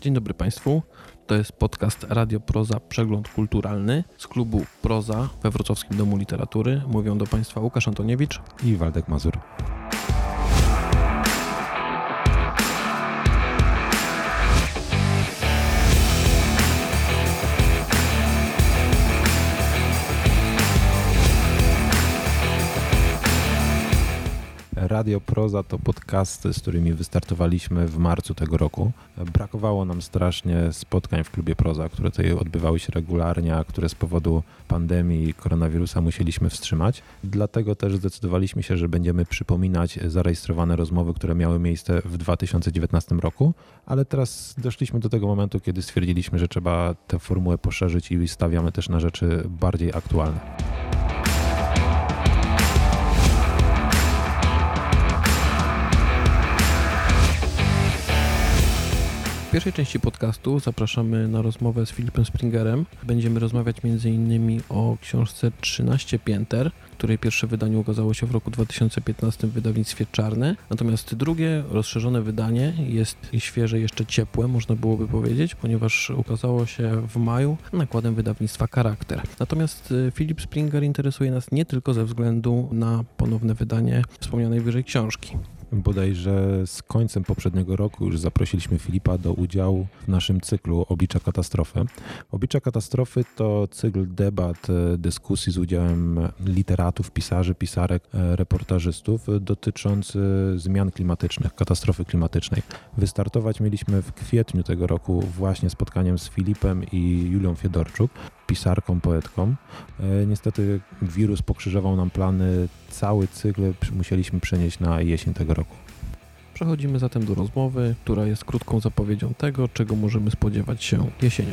Dzień dobry Państwu. To jest podcast Radio Proza Przegląd Kulturalny z klubu Proza we Wrocławskim Domu Literatury. Mówią do Państwa Łukasz Antoniewicz i Waldek Mazur. Radio Proza to podcasty, z którymi wystartowaliśmy w marcu tego roku. Brakowało nam strasznie spotkań w klubie Proza, które tutaj odbywały się regularnie, a które z powodu pandemii i koronawirusa musieliśmy wstrzymać. Dlatego też zdecydowaliśmy się, że będziemy przypominać zarejestrowane rozmowy, które miały miejsce w 2019 roku, ale teraz doszliśmy do tego momentu, kiedy stwierdziliśmy, że trzeba tę formułę poszerzyć i stawiamy też na rzeczy bardziej aktualne. W pierwszej części podcastu zapraszamy na rozmowę z Filipem Springerem. Będziemy rozmawiać m.in. o książce 13 pięter, której pierwsze wydanie ukazało się w roku 2015 w wydawnictwie Czarne. Natomiast drugie, rozszerzone wydanie jest świeże, jeszcze ciepłe, można byłoby powiedzieć, ponieważ ukazało się w maju nakładem wydawnictwa Charakter. Natomiast Filip Springer interesuje nas nie tylko ze względu na ponowne wydanie wspomnianej wyżej książki. Bodajże z końcem poprzedniego roku już zaprosiliśmy Filipa do udziału w naszym cyklu Oblicza katastrofy. Oblicza katastrofy to cykl debat, dyskusji z udziałem literatów, pisarzy, pisarek, reportażystów dotyczący zmian klimatycznych, katastrofy klimatycznej. Wystartować mieliśmy w kwietniu tego roku właśnie spotkaniem z Filipem i Julią Fiedorczuk, pisarką, poetką. Niestety wirus pokrzyżował nam plany, cały cykl musieliśmy przenieść na jesień tego roku. Przechodzimy zatem do rozmowy, która jest krótką zapowiedzią tego, czego możemy spodziewać się jesienią.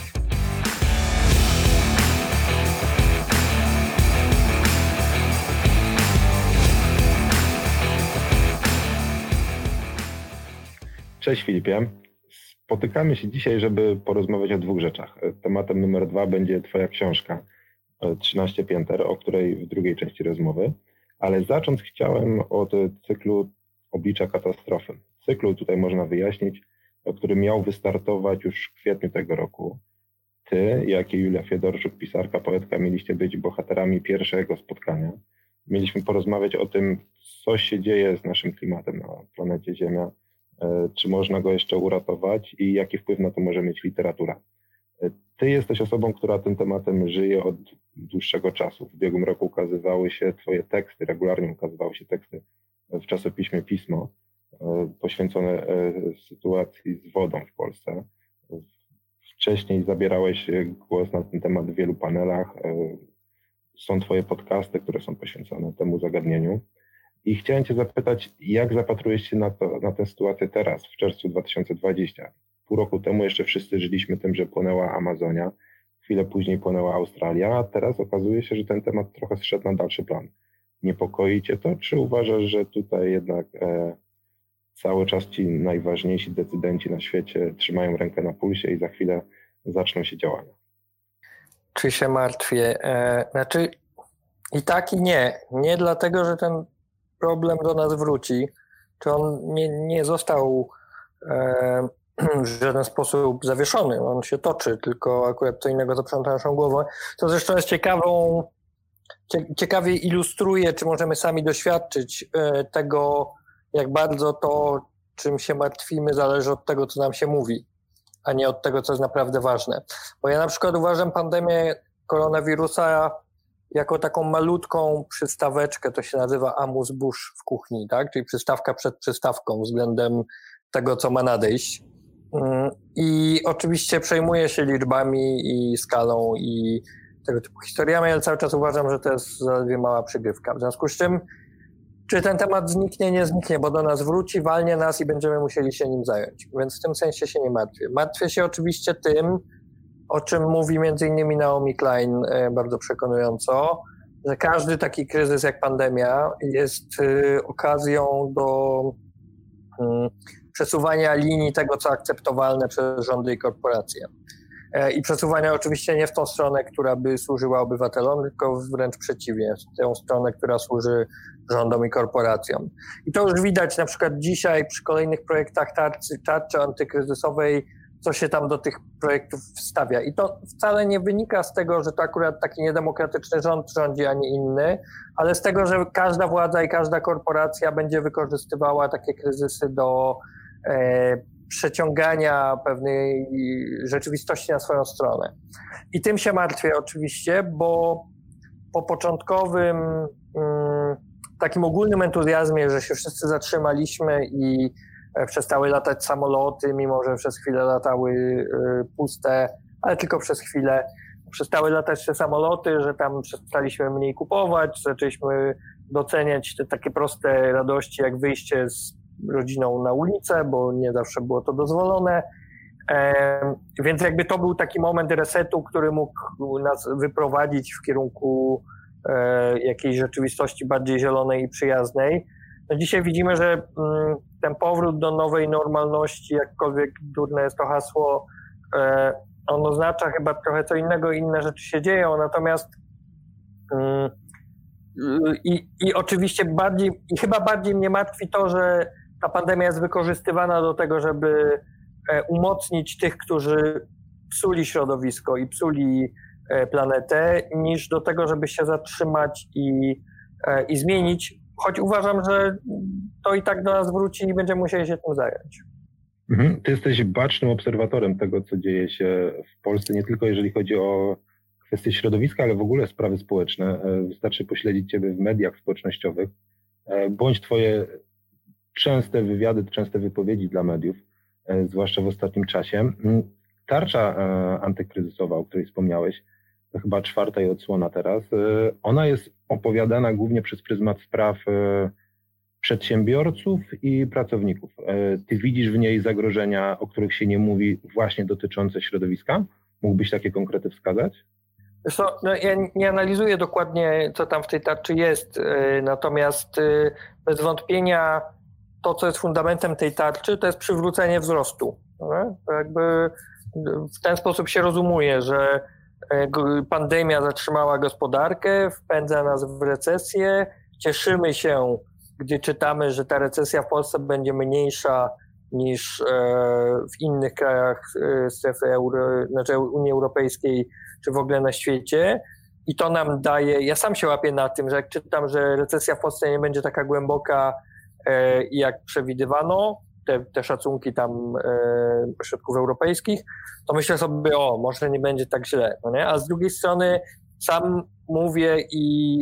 Cześć Filipie. Spotykamy się dzisiaj, żeby porozmawiać o dwóch rzeczach. Tematem numer 2 będzie Twoja książka 13 pięter, o której w drugiej części rozmowy, ale zacząć chciałem od cyklu Oblicza katastrofy. Cyklu tutaj można wyjaśnić, który miał wystartować już w kwietniu tego roku. Ty, jak i Julia Fiedorczuk, pisarka, poetka, mieliście być bohaterami pierwszego spotkania. Mieliśmy porozmawiać o tym, co się dzieje z naszym klimatem na planecie Ziemia, czy można go jeszcze uratować i jaki wpływ na to może mieć literatura. Ty jesteś osobą, która tym tematem żyje od dłuższego czasu. W ubiegłym roku ukazywały się twoje teksty, regularnie ukazywały się teksty w czasopiśmie Pismo, poświęcone sytuacji z wodą w Polsce. Wcześniej zabierałeś głos na ten temat w wielu panelach. Są twoje podcasty, które są poświęcone temu zagadnieniu. I chciałem cię zapytać, jak zapatrujesz się na tę sytuację teraz, w czerwcu 2020? Pół roku temu jeszcze wszyscy żyliśmy tym, że płonęła Amazonia, chwilę później płonęła Australia, a teraz okazuje się, że ten temat trochę zszedł na dalszy plan. Niepokoi cię to, czy uważasz, że tutaj jednak cały czas ci najważniejsi decydenci na świecie trzymają rękę na pulsie i za chwilę zaczną się działania? Czy się martwię? Znaczy i tak i nie. Nie dlatego, że ten problem do nas wróci, czy on nie został w żaden sposób zawieszony, on się toczy, tylko akurat co innego zaprząta naszą głowę. To zresztą jest ciekawie ilustruje, czy możemy sami doświadczyć tego, jak bardzo to, czym się martwimy, zależy od tego, co nam się mówi, a nie od tego, co jest naprawdę ważne. Bo ja na przykład uważam pandemię koronawirusa jako taką malutką przystaweczkę, to się nazywa amuse-bouche w kuchni, tak? Czyli przystawka przed przystawką względem tego, co ma nadejść. I oczywiście przejmuję się liczbami i skalą i tego typu historiami, ale cały czas uważam, że to jest zaledwie mała przygrywka. W związku z czym, czy ten temat zniknie, nie zniknie, bo do nas wróci, walnie nas i będziemy musieli się nim zająć. Więc w tym sensie się nie martwię. Martwię się oczywiście tym, o czym mówi m.in. Naomi Klein bardzo przekonująco, że każdy taki kryzys jak pandemia jest okazją do przesuwania linii tego, co akceptowalne przez rządy i korporacje. I przesuwania oczywiście nie w tą stronę, która by służyła obywatelom, tylko wręcz przeciwnie, w tę stronę, która służy rządom i korporacjom. I to już widać na przykład dzisiaj przy kolejnych projektach tarczy antykryzysowej, co się tam do tych projektów wstawia. I to wcale nie wynika z tego, że to akurat taki niedemokratyczny rząd rządzi, a nie inny, ale z tego, że każda władza i każda korporacja będzie wykorzystywała takie kryzysy do przeciągania pewnej rzeczywistości na swoją stronę. I tym się martwię oczywiście, bo po początkowym takim ogólnym entuzjazmie, że się wszyscy zatrzymaliśmy i przestały latać samoloty, mimo że przez chwilę latały puste, ale tylko przez chwilę. Przestały latać te samoloty, że tam przestaliśmy mniej kupować, zaczęliśmy doceniać te takie proste radości, jak wyjście z rodziną na ulicę, bo nie zawsze było to dozwolone. Więc jakby to był taki moment resetu, który mógł nas wyprowadzić w kierunku jakiejś rzeczywistości bardziej zielonej i przyjaznej. No dzisiaj widzimy, że ten powrót do nowej normalności, jakkolwiek durne jest to hasło, on oznacza chyba trochę co innego, inne rzeczy się dzieją, natomiast i oczywiście chyba bardziej mnie martwi to, że ta pandemia jest wykorzystywana do tego, żeby umocnić tych, którzy psuli środowisko i psuli planetę, niż do tego, żeby się zatrzymać i zmienić, choć uważam, że to i tak do nas wróci i będziemy musieli się tym zająć. Ty jesteś bacznym obserwatorem tego, co dzieje się w Polsce, nie tylko jeżeli chodzi o kwestie środowiska, ale w ogóle sprawy społeczne. Wystarczy pośledzić ciebie w mediach społecznościowych, bądź twoje częste wywiady, częste wypowiedzi dla mediów, zwłaszcza w ostatnim czasie. Tarcza antykryzysowa, o której wspomniałeś, to chyba 4. odsłona teraz, ona jest opowiadana głównie przez pryzmat spraw przedsiębiorców i pracowników. Ty widzisz w niej zagrożenia, o których się nie mówi, właśnie dotyczące środowiska? Mógłbyś takie konkrety wskazać? Zresztą, ja nie analizuję dokładnie, co tam w tej tarczy jest, natomiast bez wątpienia to, co jest fundamentem tej tarczy, to jest przywrócenie wzrostu. To jakby w ten sposób się rozumuje, że pandemia zatrzymała gospodarkę, wpędza nas w recesję. Cieszymy się, gdy czytamy, że ta recesja w Polsce będzie mniejsza niż w innych krajach strefy euro, znaczy Unii Europejskiej, czy w ogóle na świecie. I to nam daje, ja sam się łapię na tym, że jak czytam, że recesja w Polsce nie będzie taka głęboka, jak przewidywano, te szacunki tam środków europejskich, to myślę sobie, może nie będzie tak źle, no nie? A z drugiej strony sam mówię i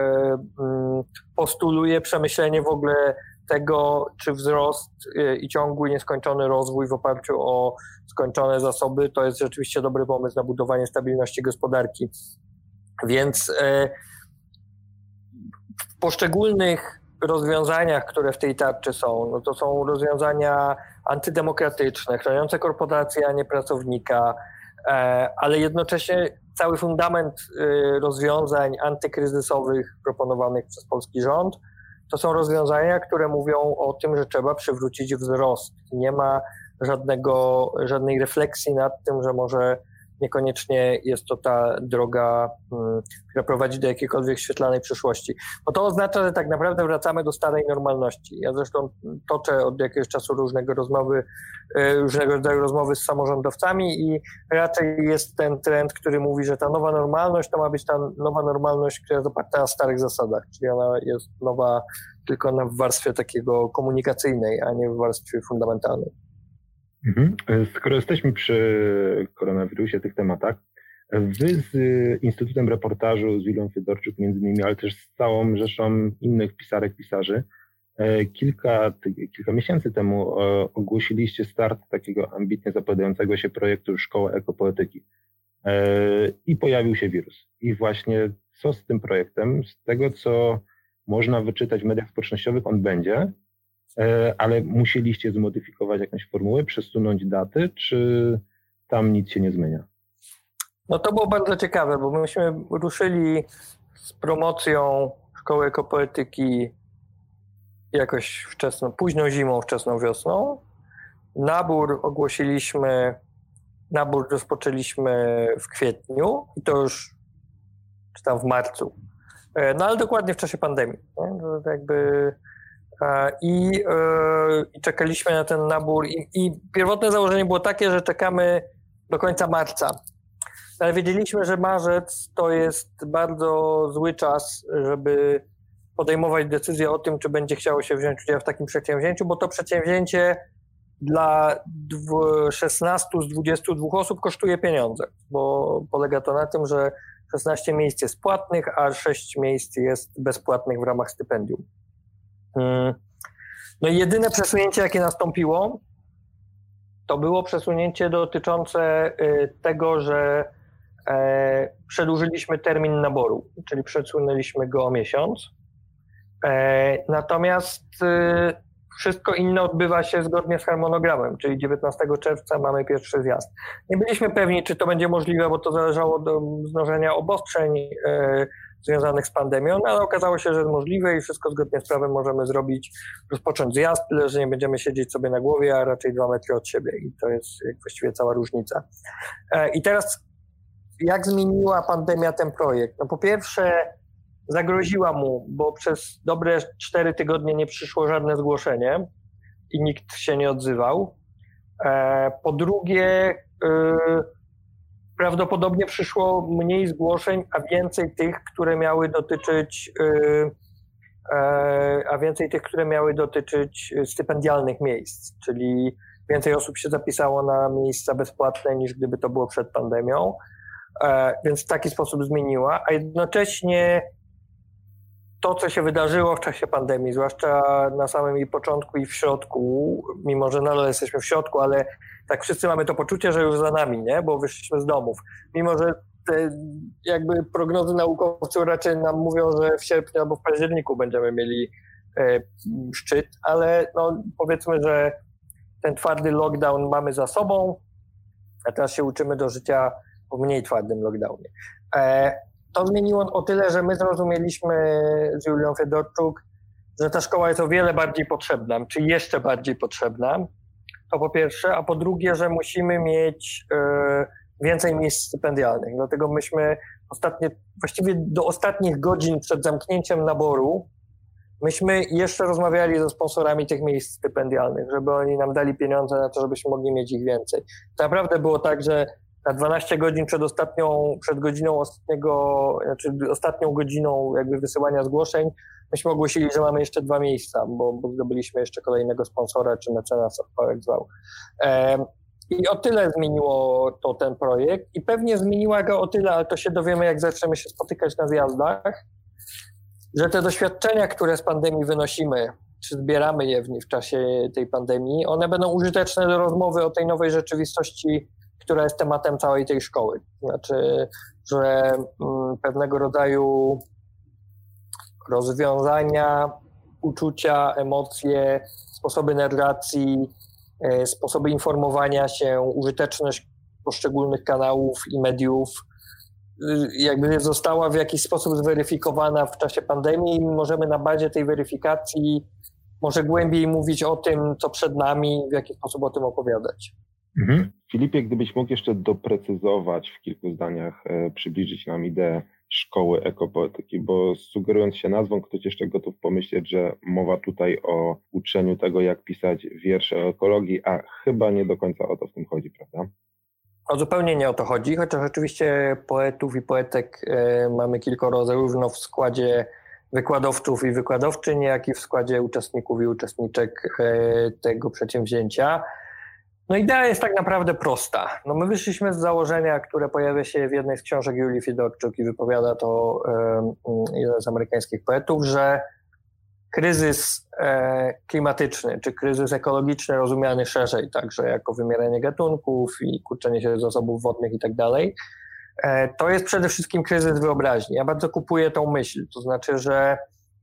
postuluję przemyślenie w ogóle tego, czy wzrost i ciągły nieskończony rozwój w oparciu o skończone zasoby to jest rzeczywiście dobry pomysł na budowanie stabilności gospodarki. Więc w poszczególnych rozwiązaniach, które w tej tarczy są, no to są rozwiązania antydemokratyczne, chroniące korporacje, a nie pracownika, ale jednocześnie cały fundament rozwiązań antykryzysowych proponowanych przez polski rząd to są rozwiązania, które mówią o tym, że trzeba przywrócić wzrost. Nie ma żadnej refleksji nad tym, że może niekoniecznie jest to ta droga, która prowadzi do jakiejkolwiek świetlanej przyszłości. Bo to oznacza, że tak naprawdę wracamy do starej normalności. Ja zresztą toczę od jakiegoś czasu różnego rodzaju rozmowy z samorządowcami i raczej jest ten trend, który mówi, że ta nowa normalność to ma być ta nowa normalność, która jest oparta na starych zasadach, czyli ona jest nowa tylko w warstwie takiego komunikacyjnej, a nie w warstwie fundamentalnej. Skoro jesteśmy przy koronawirusie, tych tematach, wy z Instytutem Reportażu, z Julią Fedorczuk między innymi, ale też z całą rzeszą innych pisarek, pisarzy, kilka miesięcy temu ogłosiliście start takiego ambitnie zapowiadającego się projektu Szkoła Ekopoetyki. I pojawił się wirus. I właśnie co z tym projektem? Z tego, co można wyczytać w mediach społecznościowych, on będzie, ale musieliście zmodyfikować jakąś formułę, przesunąć daty, czy tam nic się nie zmienia? No to było bardzo ciekawe, bo myśmy ruszyli z promocją Szkoły Ekopoetyki jakoś późną zimą, wczesną wiosną. Nabór rozpoczęliśmy w kwietniu i to już czy tam w marcu. No ale dokładnie w czasie pandemii. To jakby i czekaliśmy na ten nabór i pierwotne założenie było takie, że czekamy do końca marca. Ale wiedzieliśmy, że marzec to jest bardzo zły czas, żeby podejmować decyzję o tym, czy będzie chciało się wziąć udział w takim przedsięwzięciu, bo to przedsięwzięcie dla 16 z 22 osób kosztuje pieniądze, bo polega to na tym, że 16 miejsc jest płatnych, a 6 miejsc jest bezpłatnych w ramach stypendium. No i jedyne przesunięcie, jakie nastąpiło, to było przesunięcie dotyczące tego, że przedłużyliśmy termin naboru, czyli przesunęliśmy go o miesiąc. Natomiast wszystko inne odbywa się zgodnie z harmonogramem, czyli 19 czerwca mamy pierwszy zjazd. Nie byliśmy pewni, czy to będzie możliwe, bo to zależało do wznożenia obostrzeń związanych z pandemią, no ale okazało się, że jest możliwe i wszystko zgodnie z prawem możemy zrobić, rozpocząć zjazd, tyle że nie będziemy siedzieć sobie na głowie, a raczej 2 metry od siebie i to jest właściwie cała różnica. I teraz jak zmieniła pandemia ten projekt? No po pierwsze zagroziła mu, bo przez dobre 4 tygodnie nie przyszło żadne zgłoszenie i nikt się nie odzywał. Po drugie, prawdopodobnie przyszło mniej zgłoszeń, a więcej tych, które miały dotyczyć stypendialnych miejsc, czyli więcej osób się zapisało na miejsca bezpłatne niż gdyby to było przed pandemią, więc w taki sposób zmieniła, a jednocześnie to, co się wydarzyło w czasie pandemii, zwłaszcza na samym jej początku i w środku, mimo że nadal jesteśmy w środku, ale tak wszyscy mamy to poczucie, że już za nami, nie? Bo wyszliśmy z domów. Mimo że te jakby prognozy naukowców raczej nam mówią, że w sierpniu albo w październiku będziemy mieli szczyt, ale no, powiedzmy, że ten twardy lockdown mamy za sobą, a teraz się uczymy do życia w mniej twardym lockdownie. To zmieniło o tyle, że my zrozumieliśmy z Julią Fiedorczuk, że ta szkoła jest o wiele bardziej potrzebna, czy jeszcze bardziej potrzebna, to po pierwsze, a po drugie, że musimy mieć więcej miejsc stypendialnych. Dlatego myśmy właściwie do ostatnich godzin przed zamknięciem naboru, myśmy jeszcze rozmawiali ze sponsorami tych miejsc stypendialnych, żeby oni nam dali pieniądze na to, żebyśmy mogli mieć ich więcej. To naprawdę było tak, że na 12 godzin ostatnią godziną jakby wysyłania zgłoszeń, myśmy ogłosili, że mamy jeszcze 2 miejsca, bo zdobyliśmy jeszcze kolejnego sponsora, czy mecenasa, jak zwał. I o tyle zmieniło to ten projekt i pewnie zmieniła go o tyle, ale to się dowiemy, jak zaczniemy się spotykać na zjazdach, że te doświadczenia, które z pandemii wynosimy, czy zbieramy je w czasie tej pandemii, one będą użyteczne do rozmowy o tej nowej rzeczywistości, która jest tematem całej tej szkoły. Znaczy, że pewnego rodzaju rozwiązania, uczucia, emocje, sposoby narracji, sposoby informowania się, użyteczność poszczególnych kanałów i mediów jakby została w jakiś sposób zweryfikowana w czasie pandemii i możemy na bazie tej weryfikacji może głębiej mówić o tym, co przed nami, w jaki sposób o tym opowiadać. Filipie, gdybyś mógł jeszcze doprecyzować w kilku zdaniach, przybliżyć nam ideę szkoły ekopoetyki, bo sugerując się nazwą, ktoś jeszcze gotów pomyśleć, że mowa tutaj o uczeniu tego, jak pisać wiersze o ekologii, a chyba nie do końca o to w tym chodzi, prawda? Zupełnie nie o to chodzi, chociaż oczywiście poetów i poetek mamy kilkoro zarówno w składzie wykładowców i wykładowczyń, jak i w składzie uczestników i uczestniczek tego przedsięwzięcia. No idea jest tak naprawdę prosta. No my wyszliśmy z założenia, które pojawia się w jednej z książek Julii Fiedorczuk i wypowiada to jeden z amerykańskich poetów, że kryzys klimatyczny czy kryzys ekologiczny rozumiany szerzej, także jako wymieranie gatunków i kurczenie się zasobów wodnych i tak dalej, to jest przede wszystkim kryzys wyobraźni. Ja bardzo kupuję tą myśl, to znaczy, że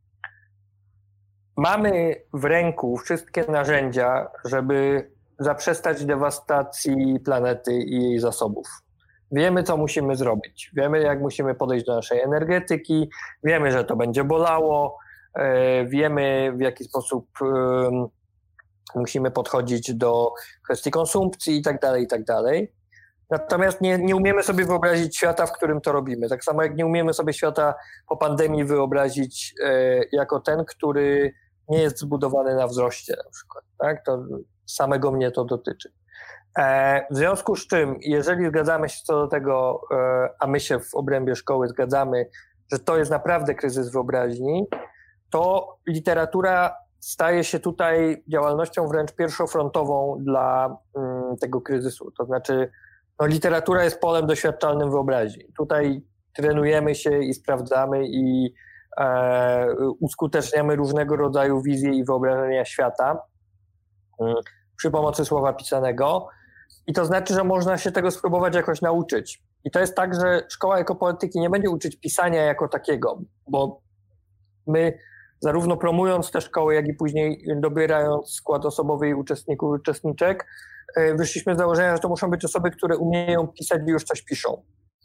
mamy w ręku wszystkie narzędzia, żeby zaprzestać dewastacji planety i jej zasobów. Wiemy, co musimy zrobić. Wiemy, jak musimy podejść do naszej energetyki. Wiemy, że to będzie bolało. Wiemy, w jaki sposób musimy podchodzić do kwestii konsumpcji i tak dalej, i tak dalej. Natomiast nie umiemy sobie wyobrazić świata, w którym to robimy. Tak samo jak nie umiemy sobie świata po pandemii wyobrazić jako ten, który nie jest zbudowany na wzroście na przykład, tak? To samego mnie to dotyczy. W związku z czym, jeżeli zgadzamy się co do tego, a my się w obrębie szkoły zgadzamy, że to jest naprawdę kryzys wyobraźni, to literatura staje się tutaj działalnością wręcz pierwszofrontową dla tego kryzysu. To znaczy, literatura jest polem doświadczalnym wyobraźni. Tutaj trenujemy się i sprawdzamy i uskuteczniamy różnego rodzaju wizje i wyobrażenia świata przy pomocy słowa pisanego. I to znaczy, że można się tego spróbować jakoś nauczyć. I to jest tak, że szkoła ekopolityki nie będzie uczyć pisania jako takiego, bo my zarówno promując te szkoły, jak i później dobierając skład osobowy uczestników i uczestniczek, wyszliśmy z założenia, że to muszą być osoby, które umieją pisać i już coś piszą.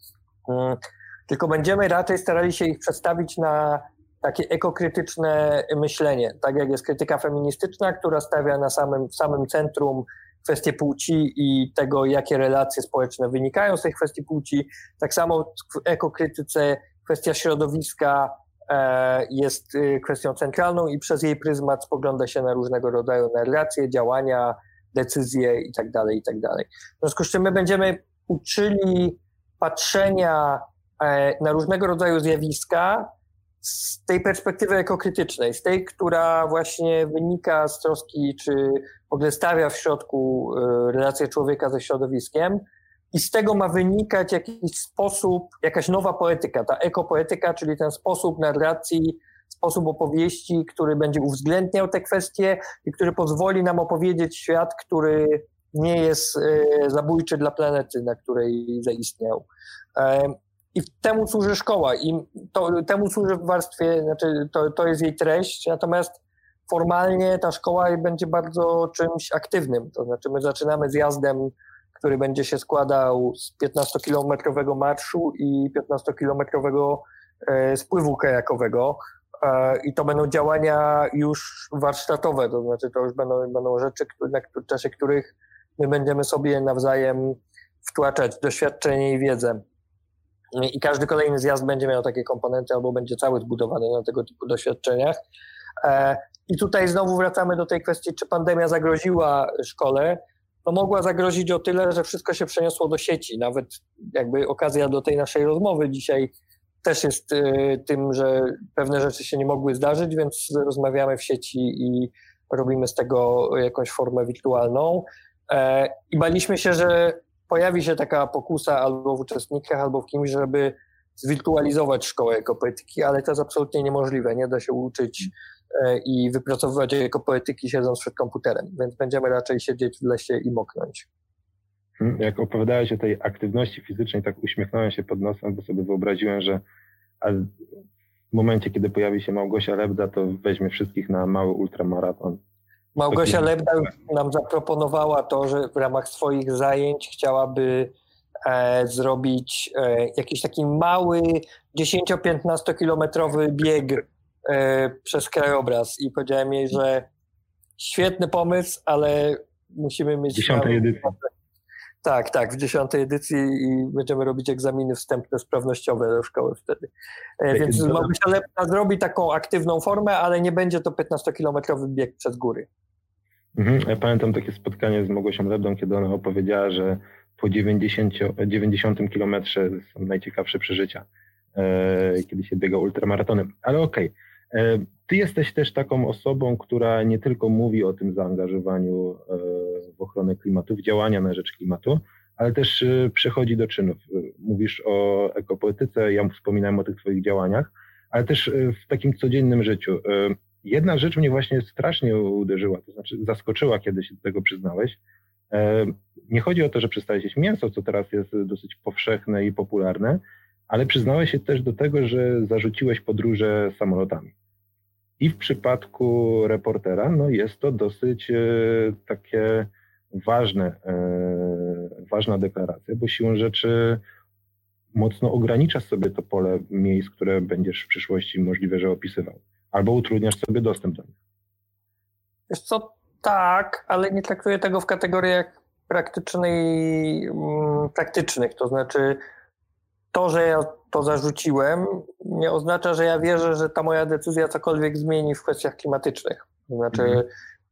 Tylko będziemy raczej starali się ich przedstawić na takie ekokrytyczne myślenie, tak jak jest krytyka feministyczna, która stawia w samym centrum kwestie płci i tego, jakie relacje społeczne wynikają z tej kwestii płci. Tak samo w ekokrytyce kwestia środowiska jest kwestią centralną i przez jej pryzmat spogląda się na różnego rodzaju narracje, działania, decyzje itd. W związku z czym my będziemy uczyli patrzenia na różnego rodzaju zjawiska z tej perspektywy ekokrytycznej, z tej, która właśnie wynika z troski, czy w ogóle stawia w środku relację człowieka ze środowiskiem i z tego ma wynikać jakiś sposób, jakaś nowa poetyka, ta ekopoetyka, czyli ten sposób narracji, sposób opowieści, który będzie uwzględniał te kwestie i który pozwoli nam opowiedzieć świat, który nie jest zabójczy dla planety, na której zaistniał. I temu służy szkoła i temu służy w warstwie, znaczy to jest jej treść, natomiast formalnie ta szkoła będzie bardzo czymś aktywnym, to znaczy my zaczynamy zjazdem, który będzie się składał z 15-kilometrowego marszu i 15-kilometrowego spływu kajakowego i to będą działania już warsztatowe, to znaczy to już będą rzeczy, w czasie których my będziemy sobie nawzajem wtłaczać doświadczenie i wiedzę. I każdy kolejny zjazd będzie miał takie komponenty albo będzie cały zbudowany na tego typu doświadczeniach. I tutaj znowu wracamy do tej kwestii, czy pandemia zagroziła szkole. No mogła zagrozić o tyle, że wszystko się przeniosło do sieci. Nawet jakby okazja do tej naszej rozmowy dzisiaj też jest tym, że pewne rzeczy się nie mogły zdarzyć, więc rozmawiamy w sieci i robimy z tego jakąś formę wirtualną. I baliśmy się, że pojawi się taka pokusa albo w uczestnikach, albo w kimś, żeby zwirtualizować szkołę ekopoetyki, ale to jest absolutnie niemożliwe. Nie da się uczyć i wypracowywać ekopoetyki siedząc przed komputerem, więc będziemy raczej siedzieć w lesie i moknąć. Jak opowiadałeś o tej aktywności fizycznej, tak uśmiechnąłem się pod nosem, bo sobie wyobraziłem, że w momencie, kiedy pojawi się Małgosia Lebda, to weźmie wszystkich na mały ultramaraton. Małgosia Lebda nam zaproponowała to, że w ramach swoich zajęć chciałaby zrobić jakiś taki mały 10-15 kilometrowy bieg przez krajobraz i powiedziałem jej, że świetny pomysł, ale musimy mieć... 10. edycji. Tak, w 10. edycji i będziemy robić egzaminy wstępne sprawnościowe do szkoły wtedy. Więc Małgosia Lebda zrobi taką aktywną formę, ale nie będzie to 15-kilometrowy bieg przez góry. Ja pamiętam takie spotkanie z Małgosią Lebdą, kiedy ona opowiedziała, że po 90 kilometrze są najciekawsze przeżycia, kiedy się biega ultramaratonem. Ale okej. Ty jesteś też taką osobą, która nie tylko mówi o tym zaangażowaniu w ochronę klimatu, w działania na rzecz klimatu, ale też przechodzi do czynów. Mówisz o ekopoetyce, ja wspominałem o tych twoich działaniach, ale też w takim codziennym życiu. Jedna rzecz mnie właśnie strasznie uderzyła, to znaczy zaskoczyła, kiedy się do tego przyznałeś. Nie chodzi o to, że przestałeś jeść mięso, co teraz jest dosyć powszechne i popularne, ale przyznałeś się też do tego, że zarzuciłeś podróże samolotami. I w przypadku Reportera jest to dosyć takie ważna deklaracja, bo siłą rzeczy mocno ograniczasz sobie to pole miejsc, które będziesz w przyszłości możliwe, że opisywał. Albo utrudniasz sobie dostęp do nich. Wiesz co, tak, ale nie traktuję tego w kategoriach praktycznych. To znaczy to, że ja to zarzuciłem, nie oznacza, że ja wierzę, że ta moja decyzja cokolwiek zmieni w kwestiach klimatycznych. To znaczy,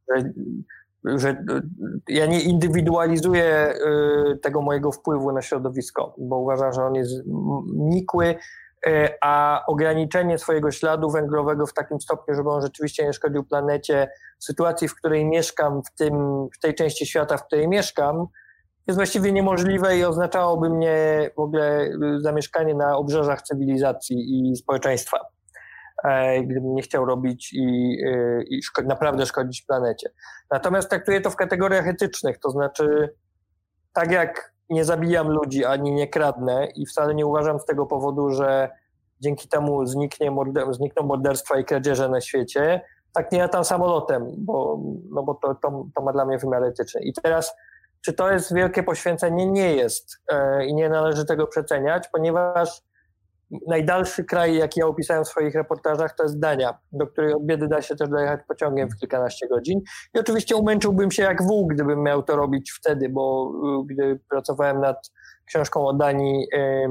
że ja nie indywidualizuję tego mojego wpływu na środowisko, bo uważam, że on jest nikły, a ograniczenie swojego śladu węglowego w takim stopniu, żeby on rzeczywiście nie szkodził planecie, w sytuacji, w której mieszkam, w tej części świata, w której mieszkam, jest właściwie niemożliwe i oznaczałoby mnie w ogóle zamieszkanie na obrzeżach cywilizacji i społeczeństwa, gdybym nie chciał robić i naprawdę szkodzić planecie. Natomiast traktuję to w kategoriach etycznych, to znaczy tak jak nie zabijam ludzi ani nie kradnę i wcale nie uważam z tego powodu, że dzięki temu znikną morderstwa i kradzieże na świecie, tak nie latam samolotem, bo to ma dla mnie wymiar etyczny. I teraz, czy to jest wielkie poświęcenie? Nie jest i nie należy tego przeceniać, ponieważ najdalszy kraj, jaki ja opisałem w swoich reportażach, to jest Dania, do której od biedy da się też dojechać pociągiem w kilkanaście godzin. I oczywiście umęczyłbym się jak wół, gdybym miał to robić wtedy, bo gdy pracowałem nad książką o Danii,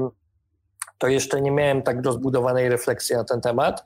to jeszcze nie miałem tak rozbudowanej refleksji na ten temat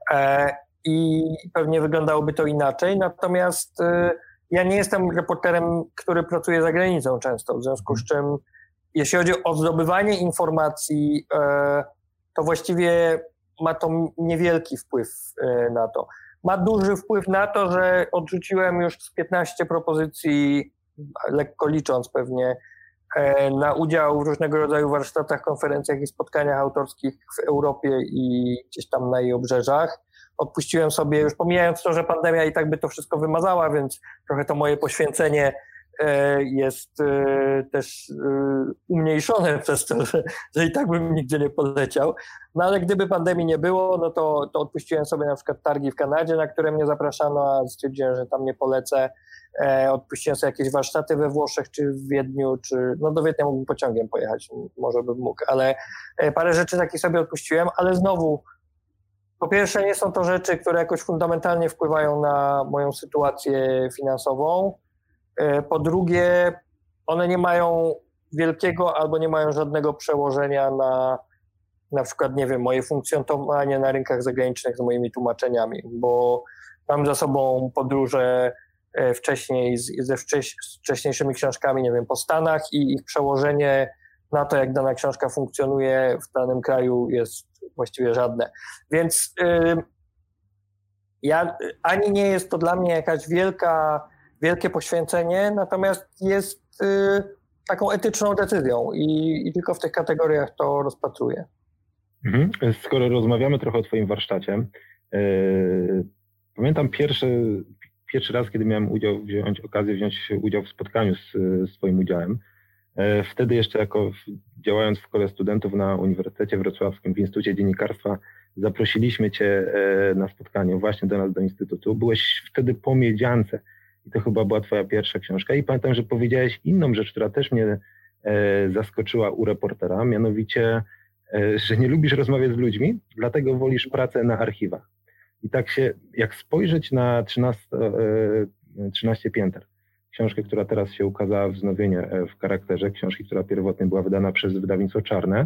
i pewnie wyglądałoby to inaczej. Natomiast ja nie jestem reporterem, który pracuje za granicą często, w związku z czym jeśli chodzi o zdobywanie informacji, to właściwie ma to niewielki wpływ na to. Ma duży wpływ na to, że odrzuciłem już 15 propozycji, lekko licząc pewnie, na udział w różnego rodzaju warsztatach, konferencjach i spotkaniach autorskich w Europie i gdzieś tam na jej obrzeżach. Odpuściłem sobie, już pomijając to, że pandemia i tak by to wszystko wymazała, więc trochę to moje poświęcenie jest też umniejszone przez to, że i tak bym nigdzie nie poleciał. No ale gdyby pandemii nie było, no to odpuściłem sobie na przykład targi w Kanadzie, na które mnie zapraszano, a stwierdziłem, że tam nie polecę. Odpuściłem sobie jakieś warsztaty we Włoszech, czy w Wiedniu, czy no do Wiednia mógłbym pociągiem pojechać, może bym mógł, ale parę rzeczy takich sobie odpuściłem, ale znowu po pierwsze nie są to rzeczy, które jakoś fundamentalnie wpływają na moją sytuację finansową. Po drugie, one nie mają wielkiego albo nie mają żadnego przełożenia na przykład, nie wiem, moje funkcjonowanie na rynkach zagranicznych z moimi tłumaczeniami, bo mam za sobą podróże wcześniej ze wcześniejszymi książkami, nie wiem, po Stanach i ich przełożenie na to, jak dana książka funkcjonuje w danym kraju jest właściwie żadne. Więc ani nie jest to dla mnie jakaś wielkie poświęcenie, natomiast jest taką etyczną decyzją i tylko w tych kategoriach to rozpatruję. Skoro rozmawiamy trochę o twoim warsztacie, pamiętam pierwszy raz, kiedy miałem okazję wziąć udział w spotkaniu z twoim udziałem. Wtedy jeszcze działając w kole studentów na Uniwersytecie Wrocławskim w Instytucie Dziennikarstwa, zaprosiliśmy cię na spotkanie właśnie do nas, do Instytutu. Byłeś wtedy po Miedziance i to chyba była twoja pierwsza książka i pamiętam, że powiedziałeś inną rzecz, która też mnie zaskoczyła u reportera, mianowicie, że nie lubisz rozmawiać z ludźmi, dlatego wolisz pracę na archiwach. I tak się, jak spojrzeć na 13 pięter, książkę, która teraz się ukazała wznowienie w charakterze, książki, która pierwotnie była wydana przez wydawnictwo Czarne,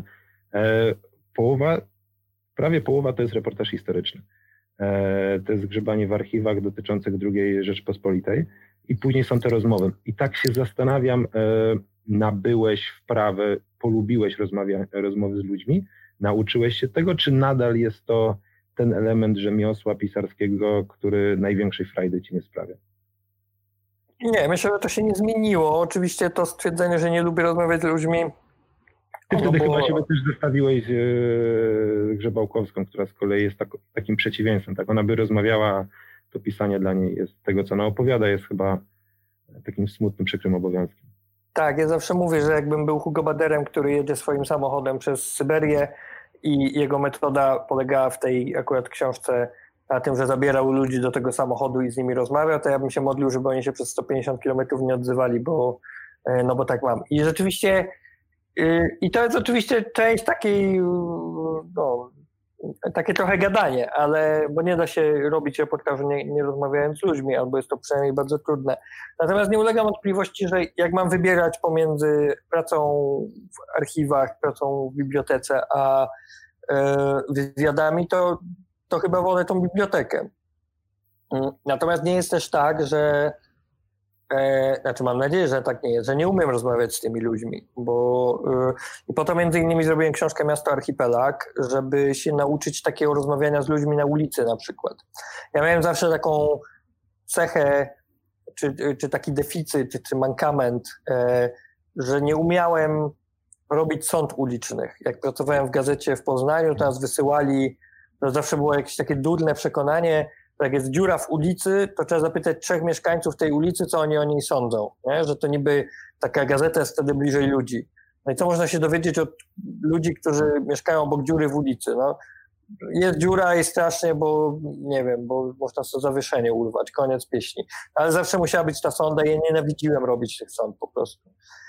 prawie połowa to jest reportaż historyczny. To jest grzebanie w archiwach dotyczących II Rzeczpospolitej i później są te rozmowy. I tak się zastanawiam, nabyłeś wprawę, polubiłeś rozmowy z ludźmi, nauczyłeś się tego, czy nadal jest to ten element rzemiosła pisarskiego, który największej frajdy ci nie sprawia? Nie, myślę, że to się nie zmieniło. Oczywiście to stwierdzenie, że nie lubię rozmawiać z ludźmi. Ty wtedy chyba siebie też zestawiłeś z Grzebałkowską, która z kolei jest takim przeciwieństwem. Tak, ona by rozmawiała, to pisanie dla niej jest tego, co ona opowiada, jest chyba takim smutnym, przykrym obowiązkiem. Tak, ja zawsze mówię, że jakbym był Hugo Baderem, który jedzie swoim samochodem przez Syberię i jego metoda polegała w tej akurat książce na tym, że zabierał ludzi do tego samochodu i z nimi rozmawiał, to ja bym się modlił, żeby oni się przez 150 km nie odzywali, bo tak mam. I rzeczywiście, i to jest oczywiście część takiej, takie trochę gadanie, ale bo nie da się robić reportażu nie rozmawiając z ludźmi, albo jest to przynajmniej bardzo trudne. Natomiast nie ulega wątpliwości, że jak mam wybierać pomiędzy pracą w archiwach, pracą w bibliotece, a wywiadami, to chyba wolę tą bibliotekę. Natomiast nie jest też tak, że znaczy mam nadzieję, że tak nie jest, że nie umiem rozmawiać z tymi ludźmi, bo i po to między innymi zrobiłem książkę Miasto Archipelag, żeby się nauczyć takiego rozmawiania z ludźmi na ulicy na przykład. Ja miałem zawsze taką cechę, czy taki deficyt, czy mankament, że nie umiałem robić sąd ulicznych. Jak pracowałem w gazecie w Poznaniu, to nas wysyłali, to zawsze było jakieś takie durne przekonanie, że jak jest dziura w ulicy, to trzeba zapytać 3 mieszkańców tej ulicy, co oni o niej sądzą. Nie? Że to niby taka gazeta jest wtedy bliżej ludzi. No i co można się dowiedzieć od ludzi, którzy mieszkają obok dziury w ulicy? No, jest dziura i strasznie, bo nie wiem, bo można sobie zawieszenie urwać, koniec pieśni. Ale zawsze musiała być ta sonda i ja nienawidziłem robić tych sąd po prostu.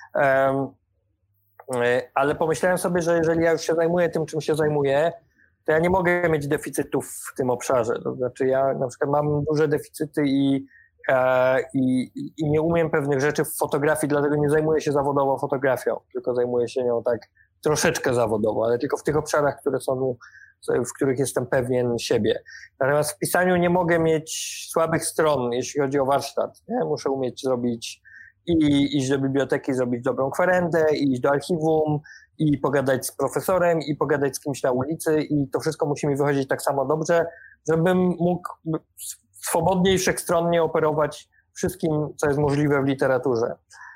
Ale pomyślałem sobie, że jeżeli ja już się zajmuję tym, czym się zajmuję, to ja nie mogę mieć deficytów w tym obszarze. To znaczy ja na przykład mam duże deficyty i nie umiem pewnych rzeczy w fotografii, dlatego nie zajmuję się zawodowo fotografią, tylko zajmuję się nią tak troszeczkę zawodowo, ale tylko w tych obszarach, w których jestem pewien siebie. Natomiast w pisaniu nie mogę mieć słabych stron, jeśli chodzi o warsztat. Nie? Muszę umieć zrobić i iść do biblioteki, zrobić dobrą kwerendę, i iść do archiwum, i pogadać z profesorem, i pogadać z kimś na ulicy i to wszystko musi mi wychodzić tak samo dobrze, żebym mógł swobodnie i wszechstronnie operować wszystkim, co jest możliwe w literaturze.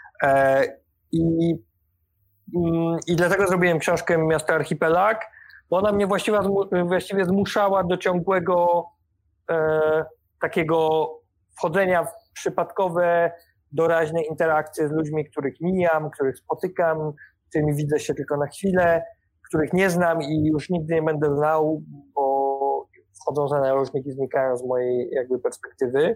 I dlatego zrobiłem książkę Miasto Archipelag, bo ona mnie właściwie zmuszała do ciągłego takiego wchodzenia w przypadkowe, doraźne interakcje z ludźmi, których mijam, których spotykam, z którymi widzę się tylko na chwilę, których nie znam i już nigdy nie będę znał, bo wchodzą za narożnik i znikają z mojej jakby perspektywy.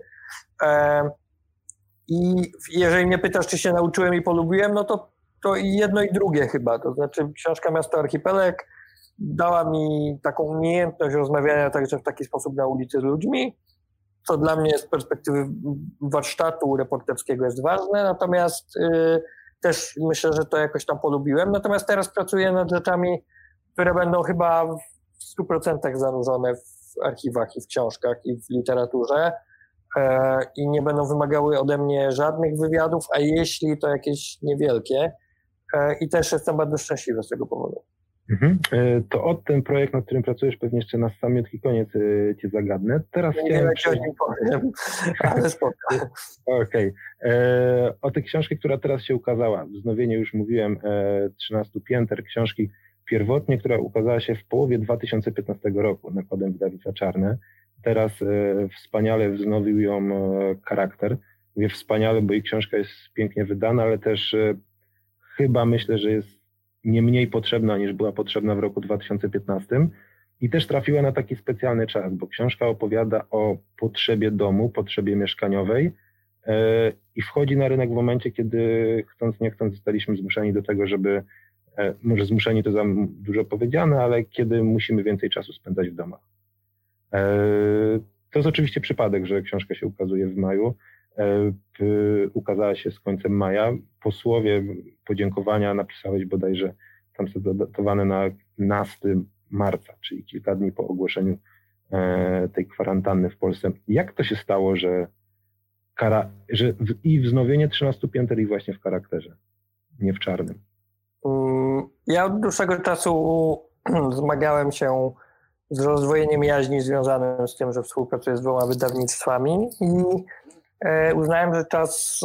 I jeżeli mnie pytasz, czy się nauczyłem i polubiłem, no to i jedno i drugie chyba. To znaczy książka Miasto Archipelag dała mi taką umiejętność rozmawiania także w taki sposób na ulicy z ludźmi, co dla mnie z perspektywy warsztatu reporterskiego jest ważne, natomiast też myślę, że to jakoś tam polubiłem. Natomiast teraz pracuję nad rzeczami, które będą chyba w 100% zanurzone w archiwach i w książkach i w literaturze i nie będą wymagały ode mnie żadnych wywiadów, a jeśli to jakieś niewielkie. I też jestem bardzo szczęśliwy z tego powodu. To od ten projekt, nad którym pracujesz, pewnie jeszcze na samiutki koniec cię zagadnę. Teraz nie powiem, ale spoko. Okej. O tej książce, która teraz się ukazała, wznowienie już mówiłem, 13 pięter, książki pierwotnie, która ukazała się w połowie 2015 roku nakładem wydawnictwa Czarne. Teraz wspaniale wznowił ją Charakter. Mówię wspaniale, bo jej książka jest pięknie wydana, ale też chyba myślę, że jest nie mniej potrzebna niż była potrzebna w roku 2015 i też trafiła na taki specjalny czas, bo książka opowiada o potrzebie domu, potrzebie mieszkaniowej i wchodzi na rynek w momencie, kiedy chcąc nie chcąc zostaliśmy zmuszeni do tego, żeby, może zmuszeni to za dużo powiedziane, ale kiedy musimy więcej czasu spędzać w domach. To jest oczywiście przypadek, że książka się ukazuje w maju. Ukazała się z końcem maja. Po słowie podziękowania napisałeś bodajże tam zadatowane na 15 marca, czyli kilka dni po ogłoszeniu tej kwarantanny w Polsce. Jak to się stało, że i wznowienie 13 pięter i właśnie w Charakterze, nie w Czarnym? Ja od dłuższego czasu zmagałem się z rozdwojeniem jaźni związanym z tym, że współpracuję z 2 wydawnictwami i uznałem, że czas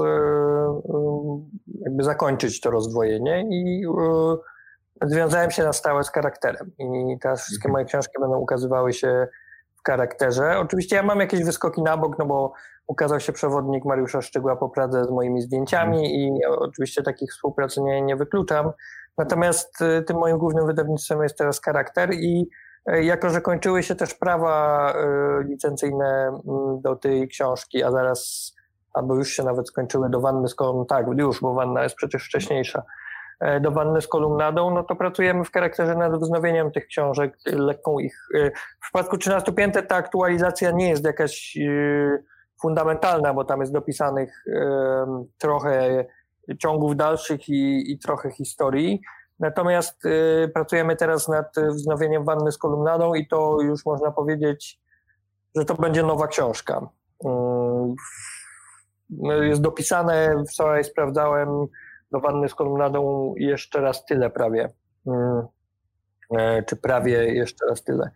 jakby zakończyć to rozdwojenie i związałem się na stałe z Charakterem. I teraz wszystkie moje książki będą ukazywały się w Charakterze. Oczywiście ja mam jakieś wyskoki na bok, no bo ukazał się przewodnik Mariusza Szczygła po Pradze z moimi zdjęciami i oczywiście takich współpracy nie wykluczam. Natomiast tym moim głównym wydawnictwem jest teraz Charakter i jako że kończyły się też prawa licencyjne do tej książki, a zaraz, albo już się nawet skończyły do Wanny z kolumnadą, tak, już, bo Wanna jest przecież wcześniejsza, do Wanny z kolumnadą, no to pracujemy w Charakterze nad wznowieniem tych książek, lekką ich. W przypadku 13 pięter ta aktualizacja nie jest jakaś fundamentalna, bo tam jest dopisanych trochę ciągów dalszych i trochę historii. Natomiast pracujemy teraz nad wznowieniem Wanny z kolumnadą i to już można powiedzieć, że to będzie nowa książka. Jest dopisane, wczoraj sprawdzałem, do wanny z kolumnadą jeszcze raz tyle prawie. Czy prawie jeszcze raz tyle.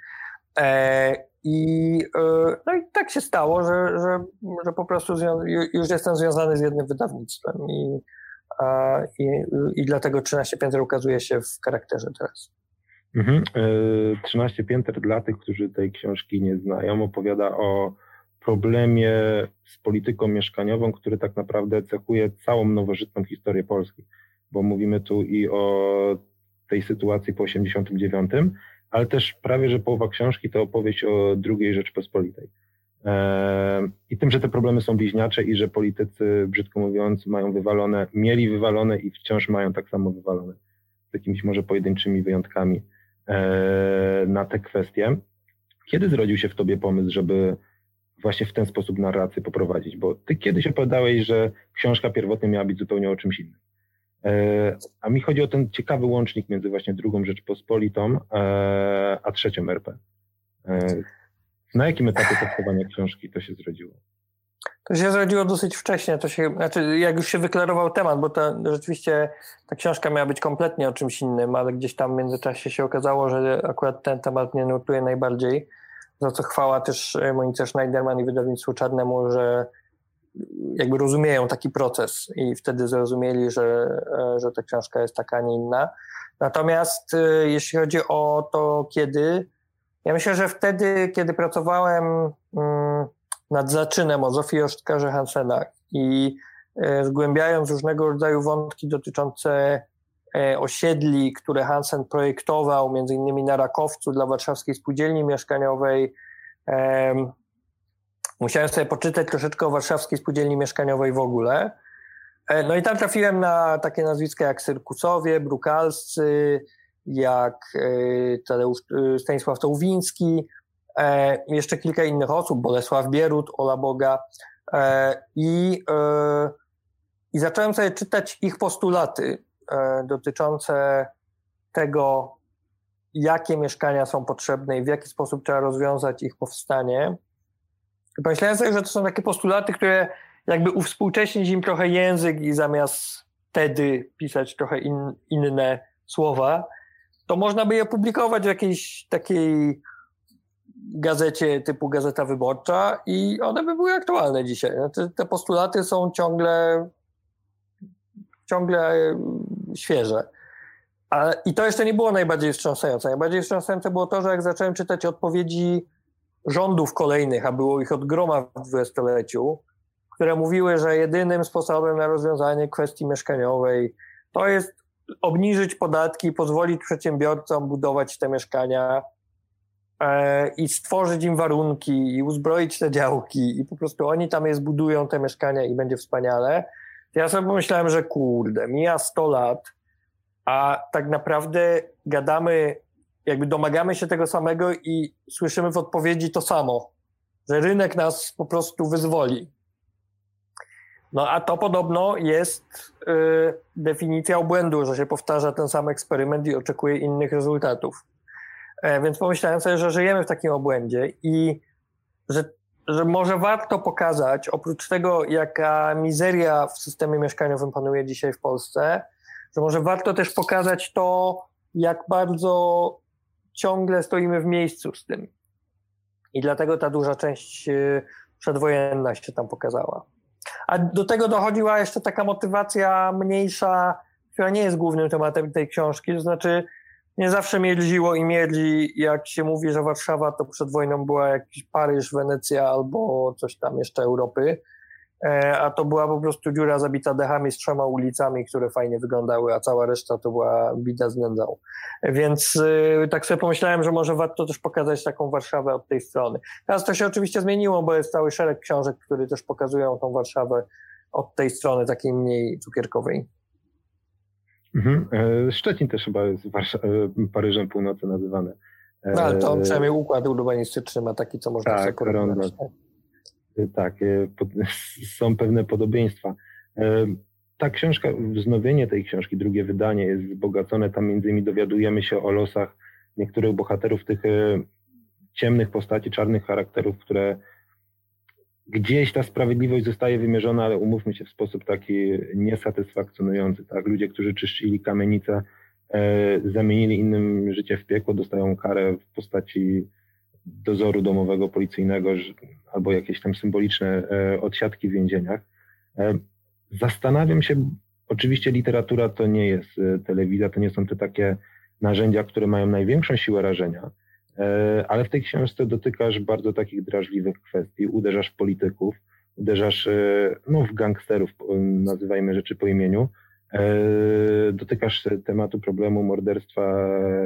No i tak się stało, że po prostu już jestem związany z jednym wydawnictwem i dlatego 13 pięter ukazuje się w charakterze teraz. 13 pięter dla tych, którzy tej książki nie znają, opowiada o problemie z polityką mieszkaniową, który tak naprawdę cechuje całą nowożytną historię Polski, bo mówimy tu i o tej sytuacji po 89, ale też prawie, że połowa książki to opowieść o II Rzeczypospolitej. I tym, że te problemy są bliźniacze i że politycy, brzydko mówiąc, mieli wywalone i wciąż mają tak samo wywalone, z jakimiś może pojedynczymi wyjątkami na te kwestie. Kiedy zrodził się w tobie pomysł, żeby właśnie w ten sposób narrację poprowadzić? Bo ty kiedyś opowiadałeś, że książka pierwotnie miała być zupełnie o czymś innym. A mi chodzi o ten ciekawy łącznik między właśnie II Rzeczpospolitą a III RP. Na jakim etapie powstawania książki to się zrodziło? To się zrodziło dosyć wcześnie, jak już się wyklarował temat, bo rzeczywiście ta książka miała być kompletnie o czymś innym, ale gdzieś tam w międzyczasie się okazało, że akurat ten temat mnie nurtuje najbardziej, za co chwała też Monice Schneiderman i wydawnictwu Czarnemu, że jakby rozumieją taki proces i wtedy zrozumieli, że ta książka jest taka, a nie inna. Natomiast jeśli chodzi o to kiedy, ja myślę, że wtedy, kiedy pracowałem nad zaczynem o Zofii Osztkarze-Hansena i zgłębiając różnego rodzaju wątki dotyczące osiedli, które Hansen projektował, między innymi na Rakowcu dla Warszawskiej Spółdzielni Mieszkaniowej, musiałem sobie poczytać troszeczkę o Warszawskiej Spółdzielni Mieszkaniowej w ogóle. No i tam trafiłem na takie nazwiska jak Syrkusowie, Brukalscy, jak Stanisław Tołwiński, jeszcze kilka innych osób, Bolesław Bierut, Ola Boga. I zacząłem sobie czytać ich postulaty dotyczące tego, jakie mieszkania są potrzebne i w jaki sposób trzeba rozwiązać ich powstanie. I pomyślałem sobie, że to są takie postulaty, które jakby uwspółcześnić im trochę język i zamiast wtedy pisać trochę inne słowa, to można by je publikować w jakiejś takiej gazecie typu Gazeta Wyborcza i one by były aktualne dzisiaj. Znaczy, te postulaty są ciągle świeże. I to jeszcze nie było najbardziej wstrząsające. Najbardziej wstrząsające było to, że jak zacząłem czytać odpowiedzi rządów kolejnych, a było ich od groma w dwudziestoleciu, które mówiły, że jedynym sposobem na rozwiązanie kwestii mieszkaniowej to jest obniżyć podatki, pozwolić przedsiębiorcom budować te mieszkania i stworzyć im warunki i uzbroić te działki i po prostu oni tam je zbudują, te mieszkania i będzie wspaniale. Ja sobie pomyślałem, że kurde, mija 100 lat, a tak naprawdę gadamy, jakby domagamy się tego samego i słyszymy w odpowiedzi to samo, że rynek nas po prostu wyzwoli. No a to podobno jest definicja obłędu, że się powtarza ten sam eksperyment i oczekuje innych rezultatów. Więc pomyślałem sobie, że żyjemy w takim obłędzie i że może warto pokazać, oprócz tego jaka mizeria w systemie mieszkaniowym panuje dzisiaj w Polsce, że może warto też pokazać to, jak bardzo ciągle stoimy w miejscu z tym. I dlatego ta duża część przedwojenna się tam pokazała. A do tego dochodziła jeszcze taka motywacja mniejsza, która nie jest głównym tematem tej książki, to znaczy nie zawsze mnie rdziło i mierdzi, jak się mówi, że Warszawa to przed wojną była jakiś Paryż, Wenecja albo coś tam jeszcze Europy, a to była po prostu dziura zabita dechami z 3 ulicami, które fajnie wyglądały, a cała reszta to była bida z nędzą. Więc tak sobie pomyślałem, że może warto też pokazać taką Warszawę od tej strony. Teraz to się oczywiście zmieniło, bo jest cały szereg książek, które też pokazują tą Warszawę od tej strony, takiej mniej cukierkowej. Szczecin też chyba jest Paryżem Północy nazywany. No ale to przynajmniej układ urbanistyczny ma taki, co można sobie porównać. Tak, są pewne podobieństwa. Ta książka, wznowienie tej książki, drugie wydanie jest wzbogacone. Tam między innymi dowiadujemy się o losach niektórych bohaterów, tych ciemnych postaci, czarnych charakterów, które gdzieś ta sprawiedliwość zostaje wymierzona, ale umówmy się, w sposób taki niesatysfakcjonujący. Tak? Ludzie, którzy czyszczyli kamienice, zamienili innym życie w piekło, dostają karę w postaci dozoru domowego, policyjnego albo jakieś tam symboliczne odsiadki w więzieniach. Zastanawiam się, oczywiście literatura to nie jest telewizja, to nie są te takie narzędzia, które mają największą siłę rażenia, ale w tej książce dotykasz bardzo takich drażliwych kwestii, uderzasz w polityków, uderzasz w gangsterów, nazywajmy rzeczy po imieniu, dotykasz tematu problemu morderstwa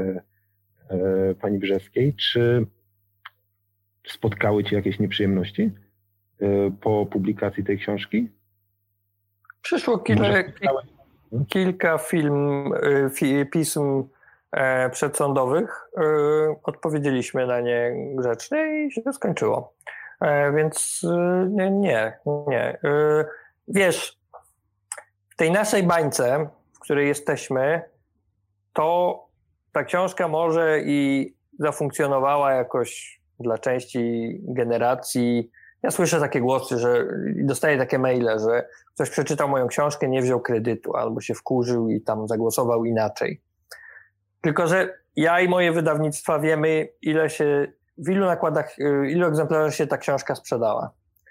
pani Brzeskiej. Czy spotkały cię jakieś nieprzyjemności po publikacji tej książki? Przyszło kilka pism przedsądowych. Odpowiedzieliśmy na nie grzecznie i się to skończyło. Więc nie. Wiesz, w tej naszej bańce, w której jesteśmy, to ta książka może i zafunkcjonowała jakoś dla części generacji. Ja słyszę takie głosy, że dostaję takie maile, że ktoś przeczytał moją książkę, nie wziął kredytu albo się wkurzył i tam zagłosował inaczej. Tylko że ja i moje wydawnictwa wiemy, w ilu nakładach, ilu egzemplarzy się ta książka sprzedała.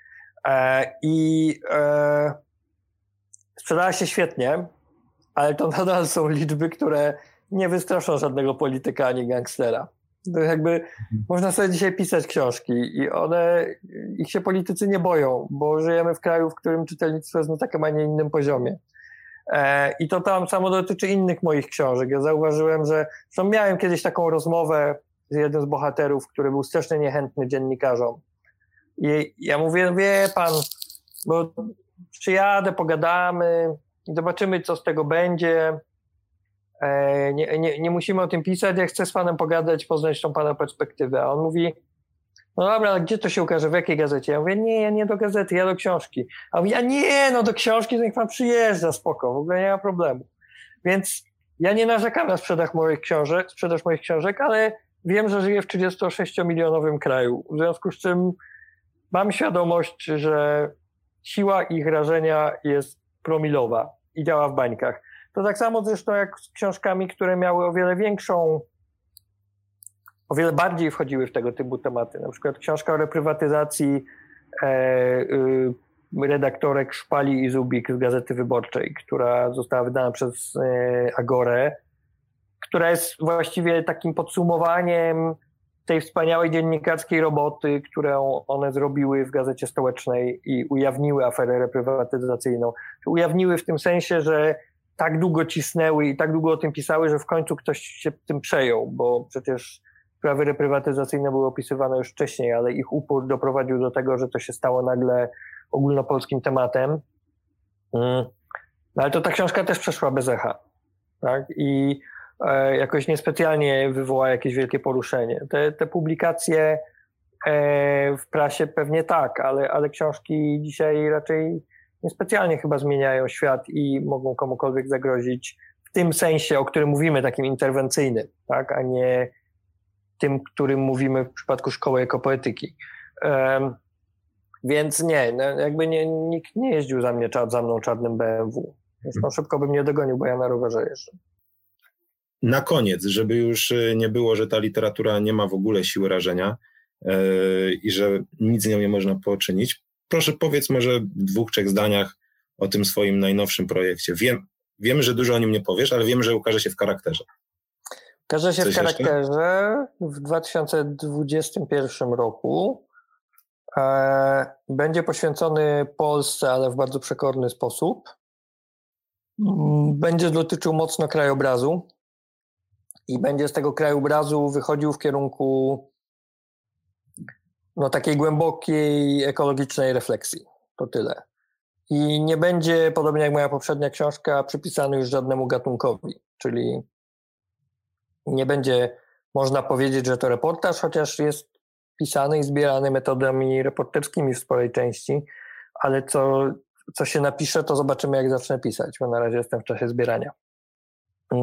Sprzedała się świetnie, ale to nadal są liczby, które nie wystraszą żadnego polityka ani gangstera. To jakby można sobie dzisiaj pisać książki i ich się politycy nie boją, bo żyjemy w kraju, w którym czytelnictwo jest na takim, a nie innym poziomie. I to tam samo dotyczy innych moich książek. Ja zauważyłem, że miałem kiedyś taką rozmowę z jednym z bohaterów, który był strasznie niechętny dziennikarzom. I ja mówię, wie pan, bo przyjadę, pogadamy, zobaczymy, co z tego będzie. Nie musimy o tym pisać, ja chcę z panem pogadać, poznać tą pana perspektywę. A on mówi, no dobra, ale gdzie to się ukaże, w jakiej gazecie? Ja mówię, nie, ja nie do gazety, ja do książki. A on mówi, do książki to niech pan przyjeżdża, spoko, w ogóle nie ma problemu. Więc ja nie narzekam na sprzedaż moich książek, ale wiem, że żyję w 36-milionowym kraju, w związku z czym mam świadomość, że siła ich rażenia jest promilowa i działa w bańkach. To tak samo zresztą jak z książkami, które miały o wiele bardziej wchodziły w tego typu tematy. Na przykład książka o reprywatyzacji redaktorek Szpali i Zubik z Gazety Wyborczej, która została wydana przez Agorę, która jest właściwie takim podsumowaniem tej wspaniałej dziennikarskiej roboty, którą one zrobiły w Gazecie Stołecznej i ujawniły aferę reprywatyzacyjną. Ujawniły w tym sensie, że tak długo cisnęły i tak długo o tym pisały, że w końcu ktoś się tym przejął, bo przecież sprawy reprywatyzacyjne były opisywane już wcześniej, ale ich upór doprowadził do tego, że to się stało nagle ogólnopolskim tematem. No, ale to ta książka też przeszła bez echa. Tak? I jakoś niespecjalnie wywoła jakieś wielkie poruszenie. Te publikacje w prasie pewnie tak, ale książki dzisiaj raczej niespecjalnie chyba zmieniają świat i mogą komukolwiek zagrozić w tym sensie, o którym mówimy, takim interwencyjnym, tak? A nie tym, którym mówimy w przypadku szkoły ekopoetyki. Więc nie, jakby nikt nie jeździł za mną czarnym BMW. Zresztą szybko bym nie dogonił, bo ja na rowerze jeżdżę. Na koniec, żeby już nie było, że ta literatura nie ma w ogóle siły rażenia i że nic z nią nie można poczynić, proszę powiedz może w 2-3 zdaniach o tym swoim najnowszym projekcie. Wiem, że dużo o nim nie powiesz, ale wiem, że ukaże się w charakterze. Ukaże się w charakterze w 2021 roku. Będzie poświęcony Polsce, ale w bardzo przekorny sposób. Będzie dotyczył mocno krajobrazu i będzie z tego krajobrazu wychodził w kierunku takiej głębokiej, ekologicznej refleksji. To tyle. I nie będzie, podobnie jak moja poprzednia książka, przypisany już żadnemu gatunkowi. Czyli nie będzie można powiedzieć, że to reportaż, chociaż jest pisany i zbierany metodami reporterskimi w sporej części, ale co się napisze, to zobaczymy, jak zacznę pisać, bo na razie jestem w czasie zbierania.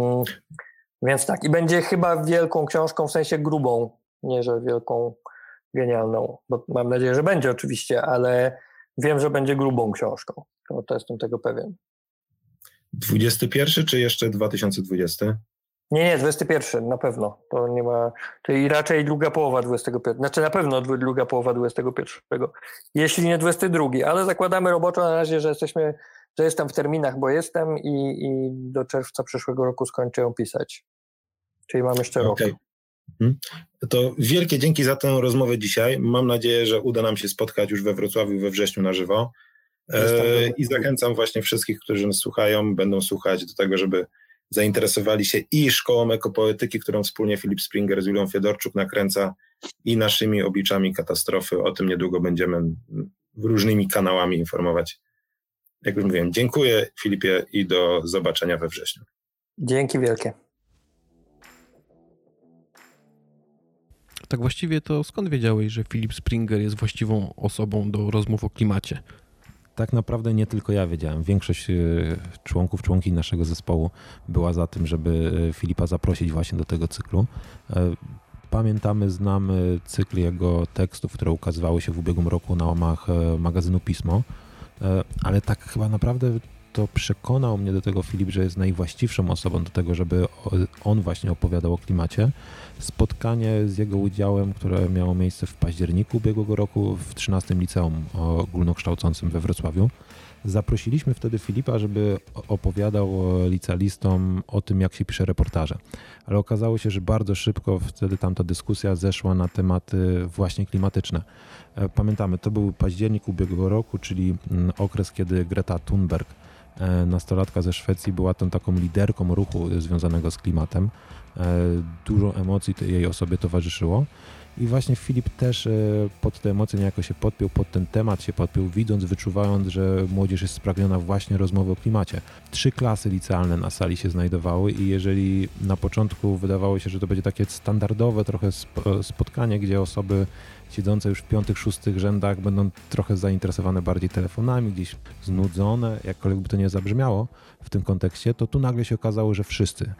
Więc tak, i będzie chyba wielką książką, w sensie grubą, nie że wielką genialną, bo mam nadzieję, że będzie oczywiście, ale wiem, że będzie grubą książką. To jestem tego pewien. 21 czy jeszcze 2020? Nie, 21 na pewno. To nie ma. Czyli raczej druga połowa 21. Znaczy na pewno druga połowa 21. Jeśli nie 22, ale zakładamy roboczo na razie, że jestem w terminach, bo jestem i do czerwca przyszłego roku skończę ją pisać. Czyli mamy jeszcze rok. To wielkie dzięki za tę rozmowę dzisiaj. Mam nadzieję, że uda nam się spotkać już we Wrocławiu we wrześniu na żywo. I zachęcam właśnie wszystkich, którzy nas słuchają, będą słuchać, do tego, żeby zainteresowali się i Szkołą Ekopoetyki, którą wspólnie Filip Springer z Julią Fiedorczuk nakręca, i naszymi obliczami katastrofy. O tym niedługo będziemy różnymi kanałami informować. Jak już mówiłem, dziękuję Filipie i do zobaczenia we wrześniu. Dzięki wielkie. Tak właściwie to skąd wiedziałeś, że Filip Springer jest właściwą osobą do rozmów o klimacie? Tak naprawdę nie tylko ja wiedziałem. Większość członkiń naszego zespołu była za tym, żeby Filipa zaprosić właśnie do tego cyklu. Znamy cykl jego tekstów, które ukazywały się w ubiegłym roku na łamach magazynu Pismo, ale tak chyba naprawdę to przekonał mnie do tego Filip, że jest najwłaściwszą osobą do tego, żeby on właśnie opowiadał o klimacie. Spotkanie z jego udziałem, które miało miejsce w październiku ubiegłego roku w 13 Liceum Ogólnokształcącym we Wrocławiu. Zaprosiliśmy wtedy Filipa, żeby opowiadał licealistom o tym, jak się pisze reportaże. Ale okazało się, że bardzo szybko wtedy tamta dyskusja zeszła na tematy właśnie klimatyczne. Pamiętamy, to był październik ubiegłego roku, czyli okres, kiedy Greta Thunberg, nastolatka ze Szwecji, była tą taką liderką ruchu związanego z klimatem. Dużo emocji jej osobie towarzyszyło. I właśnie Filip też pod te emocje niejako się podpiął, pod ten temat się podpiął, wyczuwając, że młodzież jest spragniona właśnie rozmowy o klimacie. 3 klasy licealne na sali się znajdowały i jeżeli na początku wydawało się, że to będzie takie standardowe trochę spotkanie, gdzie osoby siedzące już w 5., 6. rzędach będą trochę zainteresowane bardziej telefonami, gdzieś znudzone, jakkolwiek by to nie zabrzmiało w tym kontekście, to tu nagle się okazało, że wszyscy,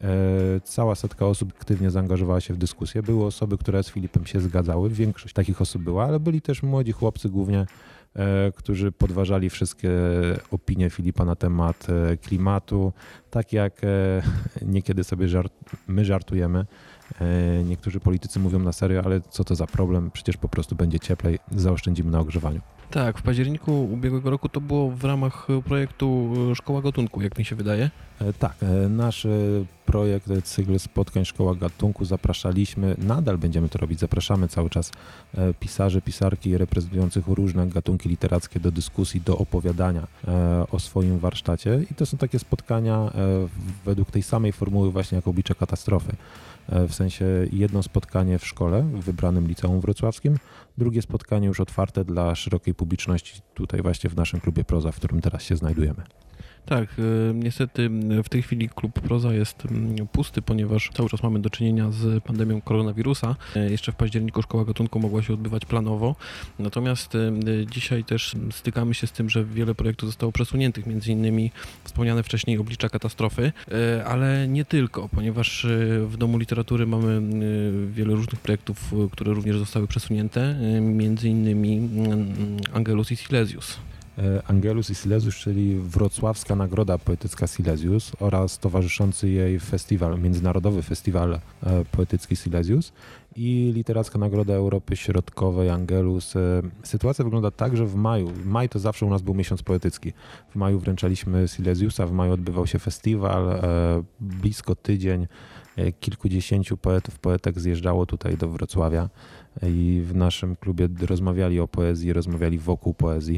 cała setka osób aktywnie zaangażowała się w dyskusję. Były osoby, które z Filipem się zgadzały, większość takich osób była, ale byli też młodzi chłopcy głównie, którzy podważali wszystkie opinie Filipa na temat klimatu, tak jak niekiedy sobie my żartujemy. Niektórzy politycy mówią na serio, ale co to za problem, przecież po prostu będzie cieplej, zaoszczędzimy na ogrzewaniu. Tak, w październiku ubiegłego roku to było w ramach projektu Szkoła Gatunku, jak mi się wydaje. Tak, nasz projekt, cykl spotkań Szkoła Gatunku zapraszaliśmy, nadal będziemy to robić, zapraszamy cały czas pisarzy, pisarki reprezentujących różne gatunki literackie do dyskusji, do opowiadania o swoim warsztacie i to są takie spotkania według tej samej formuły właśnie jak Oblicze katastrofy. W sensie jedno spotkanie w szkole, w wybranym liceum wrocławskim, drugie spotkanie już otwarte dla szerokiej publiczności tutaj właśnie w naszym klubie Proza, w którym teraz się znajdujemy. Tak, niestety w tej chwili klub Proza jest pusty, ponieważ cały czas mamy do czynienia z pandemią koronawirusa. Jeszcze w październiku Szkoła Gatunku mogła się odbywać planowo, natomiast dzisiaj też stykamy się z tym, że wiele projektów zostało przesuniętych, między innymi wspomniane wcześniej Oblicza katastrofy, ale nie tylko, ponieważ w Domu Literatury mamy wiele różnych projektów, które również zostały przesunięte, między innymi Angelus i Silesius. Angelus i Silesius, czyli Wrocławska Nagroda Poetycka Silesius oraz towarzyszący jej festiwal, Międzynarodowy Festiwal Poetycki Silesius i Literacka Nagroda Europy Środkowej Angelus. Sytuacja wygląda tak, że w maj to zawsze u nas był miesiąc poetycki. W maju wręczaliśmy Silesiusa, w maju odbywał się festiwal, blisko tydzień, kilkudziesięciu poetów, poetek zjeżdżało tutaj do Wrocławia i w naszym klubie rozmawiali o poezji, rozmawiali wokół poezji.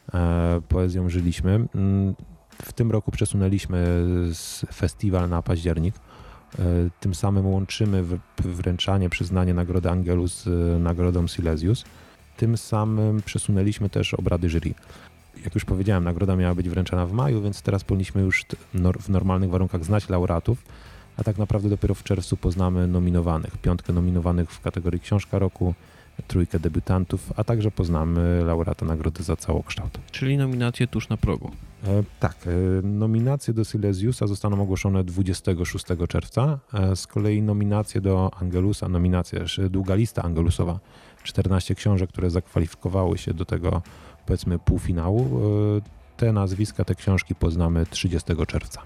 Poezją żyliśmy. W tym roku przesunęliśmy festiwal na październik. Tym samym łączymy wręczanie, przyznanie Nagrody Angelus z Nagrodą Silesius. Tym samym przesunęliśmy też obrady jury. Jak już powiedziałem, nagroda miała być wręczana w maju, więc teraz powinniśmy już w normalnych warunkach znać laureatów, a tak naprawdę dopiero w czerwcu poznamy nominowanych. 5 nominowanych w kategorii Książka Roku, 3 debiutantów, a także poznamy laureata nagrody za całokształt. Czyli nominacje tuż na progu. Tak, nominacje do Silesiusa zostaną ogłoszone 26 czerwca, z kolei nominacje do Angelusa, długa lista Angelusowa, 14 książek, które zakwalifikowały się do tego, powiedzmy, półfinału. Te nazwiska, te książki poznamy 30 czerwca.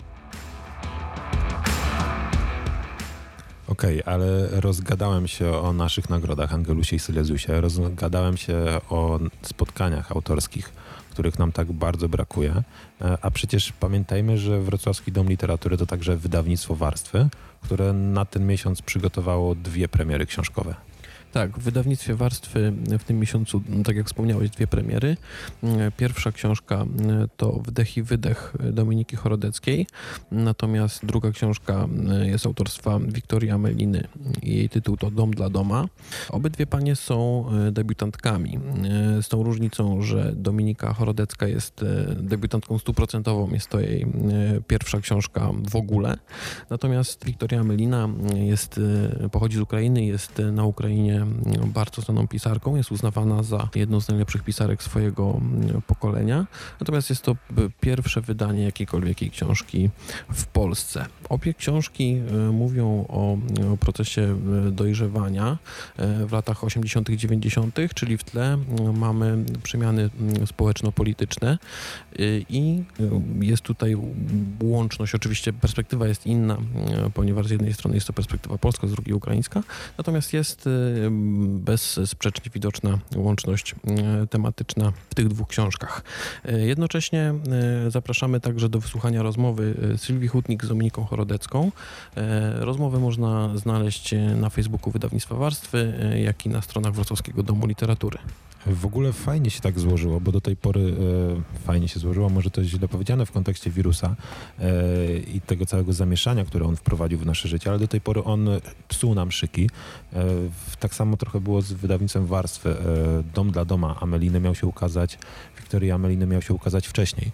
Okej, ale rozgadałem się o naszych nagrodach Angelusie i Silesiusie, rozgadałem się o spotkaniach autorskich, których nam tak bardzo brakuje, a przecież pamiętajmy, że Wrocławski Dom Literatury to także wydawnictwo Warstwy, które na ten miesiąc przygotowało 2 premiery książkowe. Tak, w wydawnictwie Warstwy w tym miesiącu, tak jak wspomniałeś, 2 premiery. Pierwsza książka to Wdech i wydech Dominiki Chorodeckiej, natomiast druga książka jest autorstwa Wiktorii Ameliny i jej tytuł to Dom dla doma. Obydwie panie są debiutantkami, z tą różnicą, że Dominika Chorodecka jest debiutantką 100%, jest to jej pierwsza książka w ogóle, natomiast Wiktoria Amelina pochodzi z Ukrainy, jest na Ukrainie bardzo znaną pisarką, jest uznawana za jedną z najlepszych pisarek swojego pokolenia, natomiast jest to pierwsze wydanie jakiejkolwiek jej książki w Polsce. Obie książki mówią o procesie dojrzewania w latach 80., 90., czyli w tle mamy przemiany społeczno-polityczne i jest tutaj łączność, oczywiście perspektywa jest inna, ponieważ z jednej strony jest to perspektywa polska, z drugiej ukraińska, natomiast jest bezsprzecznie widoczna łączność tematyczna w tych 2 książkach. Jednocześnie zapraszamy także do wysłuchania rozmowy Sylwii Hutnik z Dominiką Chorodecką. Rozmowę można znaleźć na Facebooku Wydawnictwa Warstwy, jak i na stronach Wrocławskiego Domu Literatury. W ogóle fajnie się tak złożyło, bo do tej pory fajnie się złożyło, może to jest źle powiedziane w kontekście wirusa i tego całego zamieszania, które on wprowadził w nasze życie, ale do tej pory on psuł nam szyki. Tak samo trochę było z wydawnictwem Warstwy. Dom dla doma Ameliny miał się ukazać, Wiktorii Ameliny miał się ukazać wcześniej.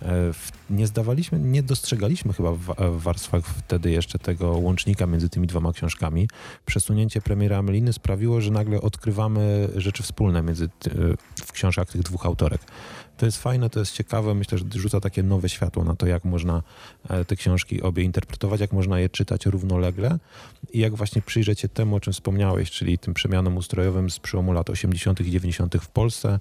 Nie dostrzegaliśmy chyba w warstwach wtedy jeszcze tego łącznika między tymi 2 książkami. Przesunięcie premiery Ameliny sprawiło, że nagle odkrywamy rzeczy wspólne w książkach tych 2 autorek. To jest fajne, to jest ciekawe, myślę, że rzuca takie nowe światło na to, jak można te książki obie interpretować, jak można je czytać równolegle i jak właśnie przyjrzeć się temu, o czym wspomniałeś, czyli tym przemianom ustrojowym z przełomu lat 80. i 90. w Polsce,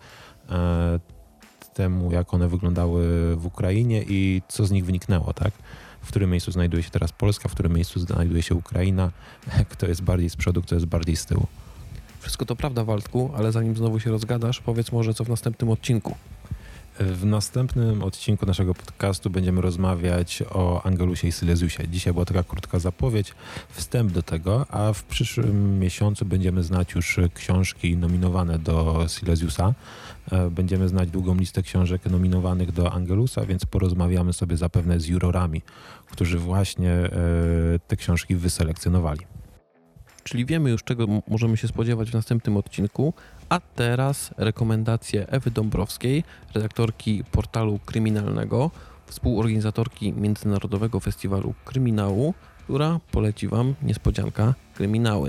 temu, jak one wyglądały w Ukrainie i co z nich wyniknęło, tak? W którym miejscu znajduje się teraz Polska, w którym miejscu znajduje się Ukraina, kto jest bardziej z przodu, kto jest bardziej z tyłu. Wszystko to prawda, Waldku, ale zanim znowu się rozgadasz, powiedz może, co w następnym odcinku. W następnym odcinku naszego podcastu będziemy rozmawiać o Angelusie i Silesiusie. Dzisiaj była taka krótka zapowiedź, wstęp do tego, a w przyszłym miesiącu będziemy znać już książki nominowane do Silesiusa. Będziemy znać długą listę książek nominowanych do Angelusa, więc porozmawiamy sobie zapewne z jurorami, którzy właśnie te książki wyselekcjonowali. Czyli wiemy już, czego możemy się spodziewać w następnym odcinku, a teraz rekomendacje Ewy Dąbrowskiej, redaktorki portalu kryminalnego, współorganizatorki Międzynarodowego Festiwalu Kryminału, która poleci Wam, niespodzianka, kryminały.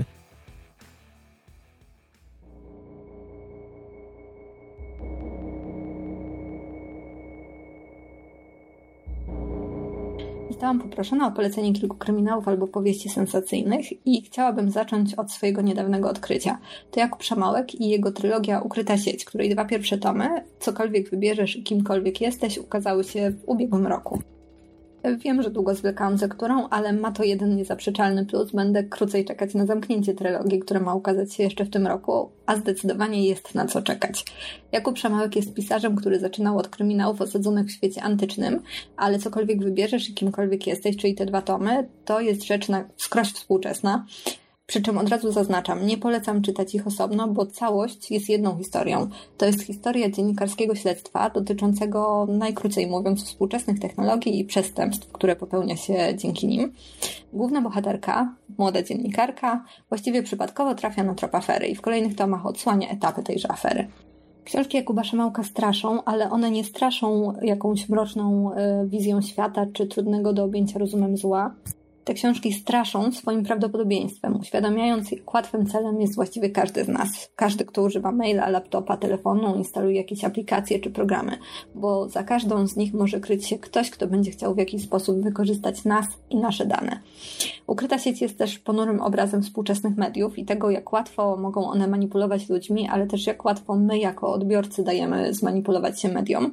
Zostałam poproszona o polecenie kilku kryminałów albo powieści sensacyjnych i chciałabym zacząć od swojego niedawnego odkrycia. To Jakub Szamałek i jego trylogia Ukryta sieć, której 2 pierwsze tomy, Cokolwiek wybierzesz i kimkolwiek jesteś, ukazały się w ubiegłym roku. Wiem, że długo zwlekałam z lekturą, ale ma to jeden niezaprzeczalny plus. Będę krócej czekać na zamknięcie trylogii, które ma ukazać się jeszcze w tym roku, a zdecydowanie jest na co czekać. Jakub Szamałek jest pisarzem, który zaczynał od kryminałów osadzonych w świecie antycznym, ale Cokolwiek wybierzesz i kimkolwiek jesteś, czyli te 2 tomy, to jest rzecz na wskroś współczesna. Przy czym od razu zaznaczam, nie polecam czytać ich osobno, bo całość jest jedną historią. To jest historia dziennikarskiego śledztwa dotyczącego, najkrócej mówiąc, współczesnych technologii i przestępstw, które popełnia się dzięki nim. Główna bohaterka, młoda dziennikarka, właściwie przypadkowo trafia na trop afery i w kolejnych tomach odsłania etapy tejże afery. Książki Jakuba Szamałka straszą, ale one nie straszą jakąś mroczną wizją świata czy trudnego do objęcia rozumem zła. Te książki straszą swoim prawdopodobieństwem, uświadamiając, jak łatwym celem jest właściwie każdy z nas. Każdy, kto używa maila, laptopa, telefonu, instaluje jakieś aplikacje czy programy, bo za każdą z nich może kryć się ktoś, kto będzie chciał w jakiś sposób wykorzystać nas i nasze dane. Ukryta sieć jest też ponurym obrazem współczesnych mediów i tego, jak łatwo mogą one manipulować ludźmi, ale też jak łatwo my jako odbiorcy dajemy zmanipulować się mediom.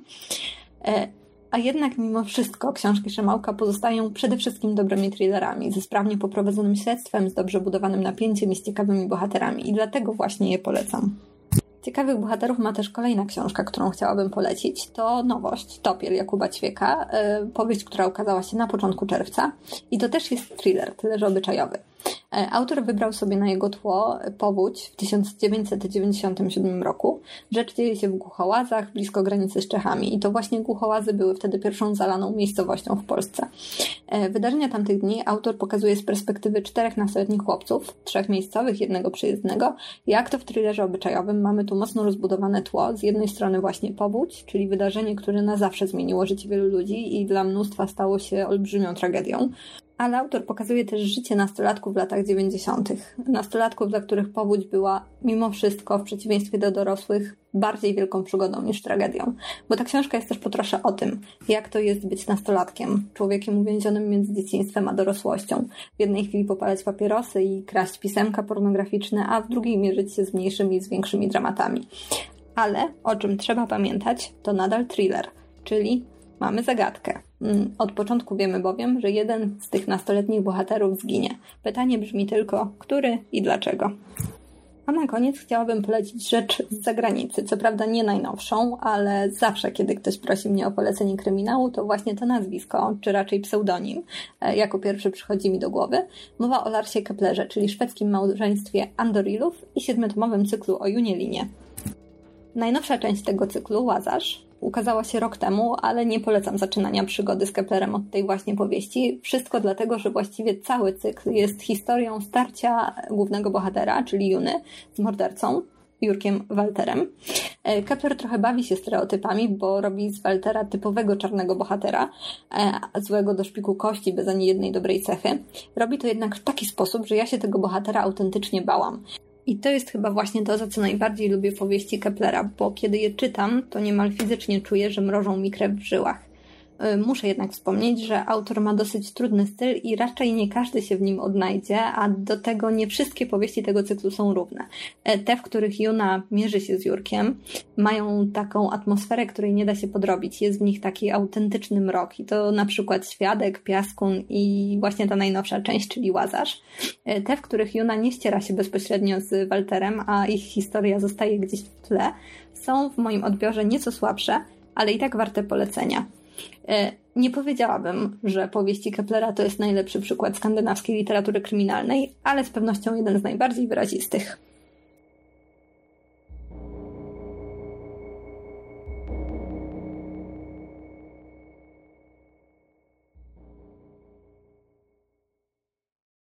A jednak mimo wszystko książki Szamałka pozostają przede wszystkim dobrymi thrillerami, ze sprawnie poprowadzonym śledztwem, z dobrze budowanym napięciem i z ciekawymi bohaterami i dlatego właśnie je polecam. Ciekawych bohaterów ma też kolejna książka, którą chciałabym polecić. To nowość, Topiel Jakuba Ćwieka, powieść, która ukazała się na początku czerwca i to też jest thriller obyczajowy. Autor wybrał sobie na jego tło powódź w 1997 roku. Rzecz dzieje się w Głuchołazach, blisko granicy z Czechami i to właśnie Głuchołazy były wtedy pierwszą zalaną miejscowością w Polsce. Wydarzenia tamtych dni autor pokazuje z perspektywy 4 nastoletnich chłopców, 3 miejscowych, 1 przyjezdnego. Jak to w thrillerze obyczajowym mamy tu mocno rozbudowane tło. Z jednej strony właśnie powódź, czyli wydarzenie, które na zawsze zmieniło życie wielu ludzi i dla mnóstwa stało się olbrzymią tragedią. Ale autor pokazuje też życie nastolatków w latach 90. Nastolatków, dla których powódź była mimo wszystko, w przeciwieństwie do dorosłych, bardziej wielką przygodą niż tragedią. Bo ta książka jest też po trosze o tym, jak to jest być nastolatkiem, człowiekiem uwięzionym między dzieciństwem a dorosłością. W jednej chwili popalać papierosy i kraść pisemka pornograficzne, a w drugiej mierzyć się z mniejszymi i z większymi dramatami. Ale, o czym trzeba pamiętać, to nadal thriller, czyli mamy zagadkę. Od początku wiemy bowiem, że jeden z tych nastoletnich bohaterów zginie. Pytanie brzmi tylko, który i dlaczego. A na koniec chciałabym polecić rzecz z zagranicy. Co prawda nie najnowszą, ale zawsze, kiedy ktoś prosi mnie o polecenie kryminału, to właśnie to nazwisko, czy raczej pseudonim, jako pierwszy przychodzi mi do głowy. Mowa o Larsie Keplerze, czyli szwedzkim małżeństwie Andorillów i 7-tomowym cyklu o Junelinie. Najnowsza część tego cyklu, Łazarz, ukazała się rok temu, ale nie polecam zaczynania przygody z Keplerem od tej właśnie powieści. Wszystko dlatego, że właściwie cały cykl jest historią starcia głównego bohatera, czyli Juny, z mordercą, Jurkiem Walterem. Kepler trochę bawi się stereotypami, bo robi z Waltera typowego czarnego bohatera, złego do szpiku kości, bez ani jednej dobrej cechy. Robi to jednak w taki sposób, że ja się tego bohatera autentycznie bałam. I to jest chyba właśnie to, za co najbardziej lubię powieści Keplera, bo kiedy je czytam, to niemal fizycznie czuję, że mrożą mi krew w żyłach. Muszę jednak wspomnieć, że autor ma dosyć trudny styl i raczej nie każdy się w nim odnajdzie, a do tego nie wszystkie powieści tego cyklu są równe. Te, w których Juna mierzy się z Jurkiem, mają taką atmosferę, której nie da się podrobić. Jest w nich taki autentyczny mrok i to na przykład Świadek, Piaskun i właśnie ta najnowsza część, czyli Łazarz. Te, w których Juna nie ściera się bezpośrednio z Walterem, a ich historia zostaje gdzieś w tle, są w moim odbiorze nieco słabsze, ale i tak warte polecenia. Nie powiedziałabym, że powieści Keplera to jest najlepszy przykład skandynawskiej literatury kryminalnej, ale z pewnością jeden z najbardziej wyrazistych.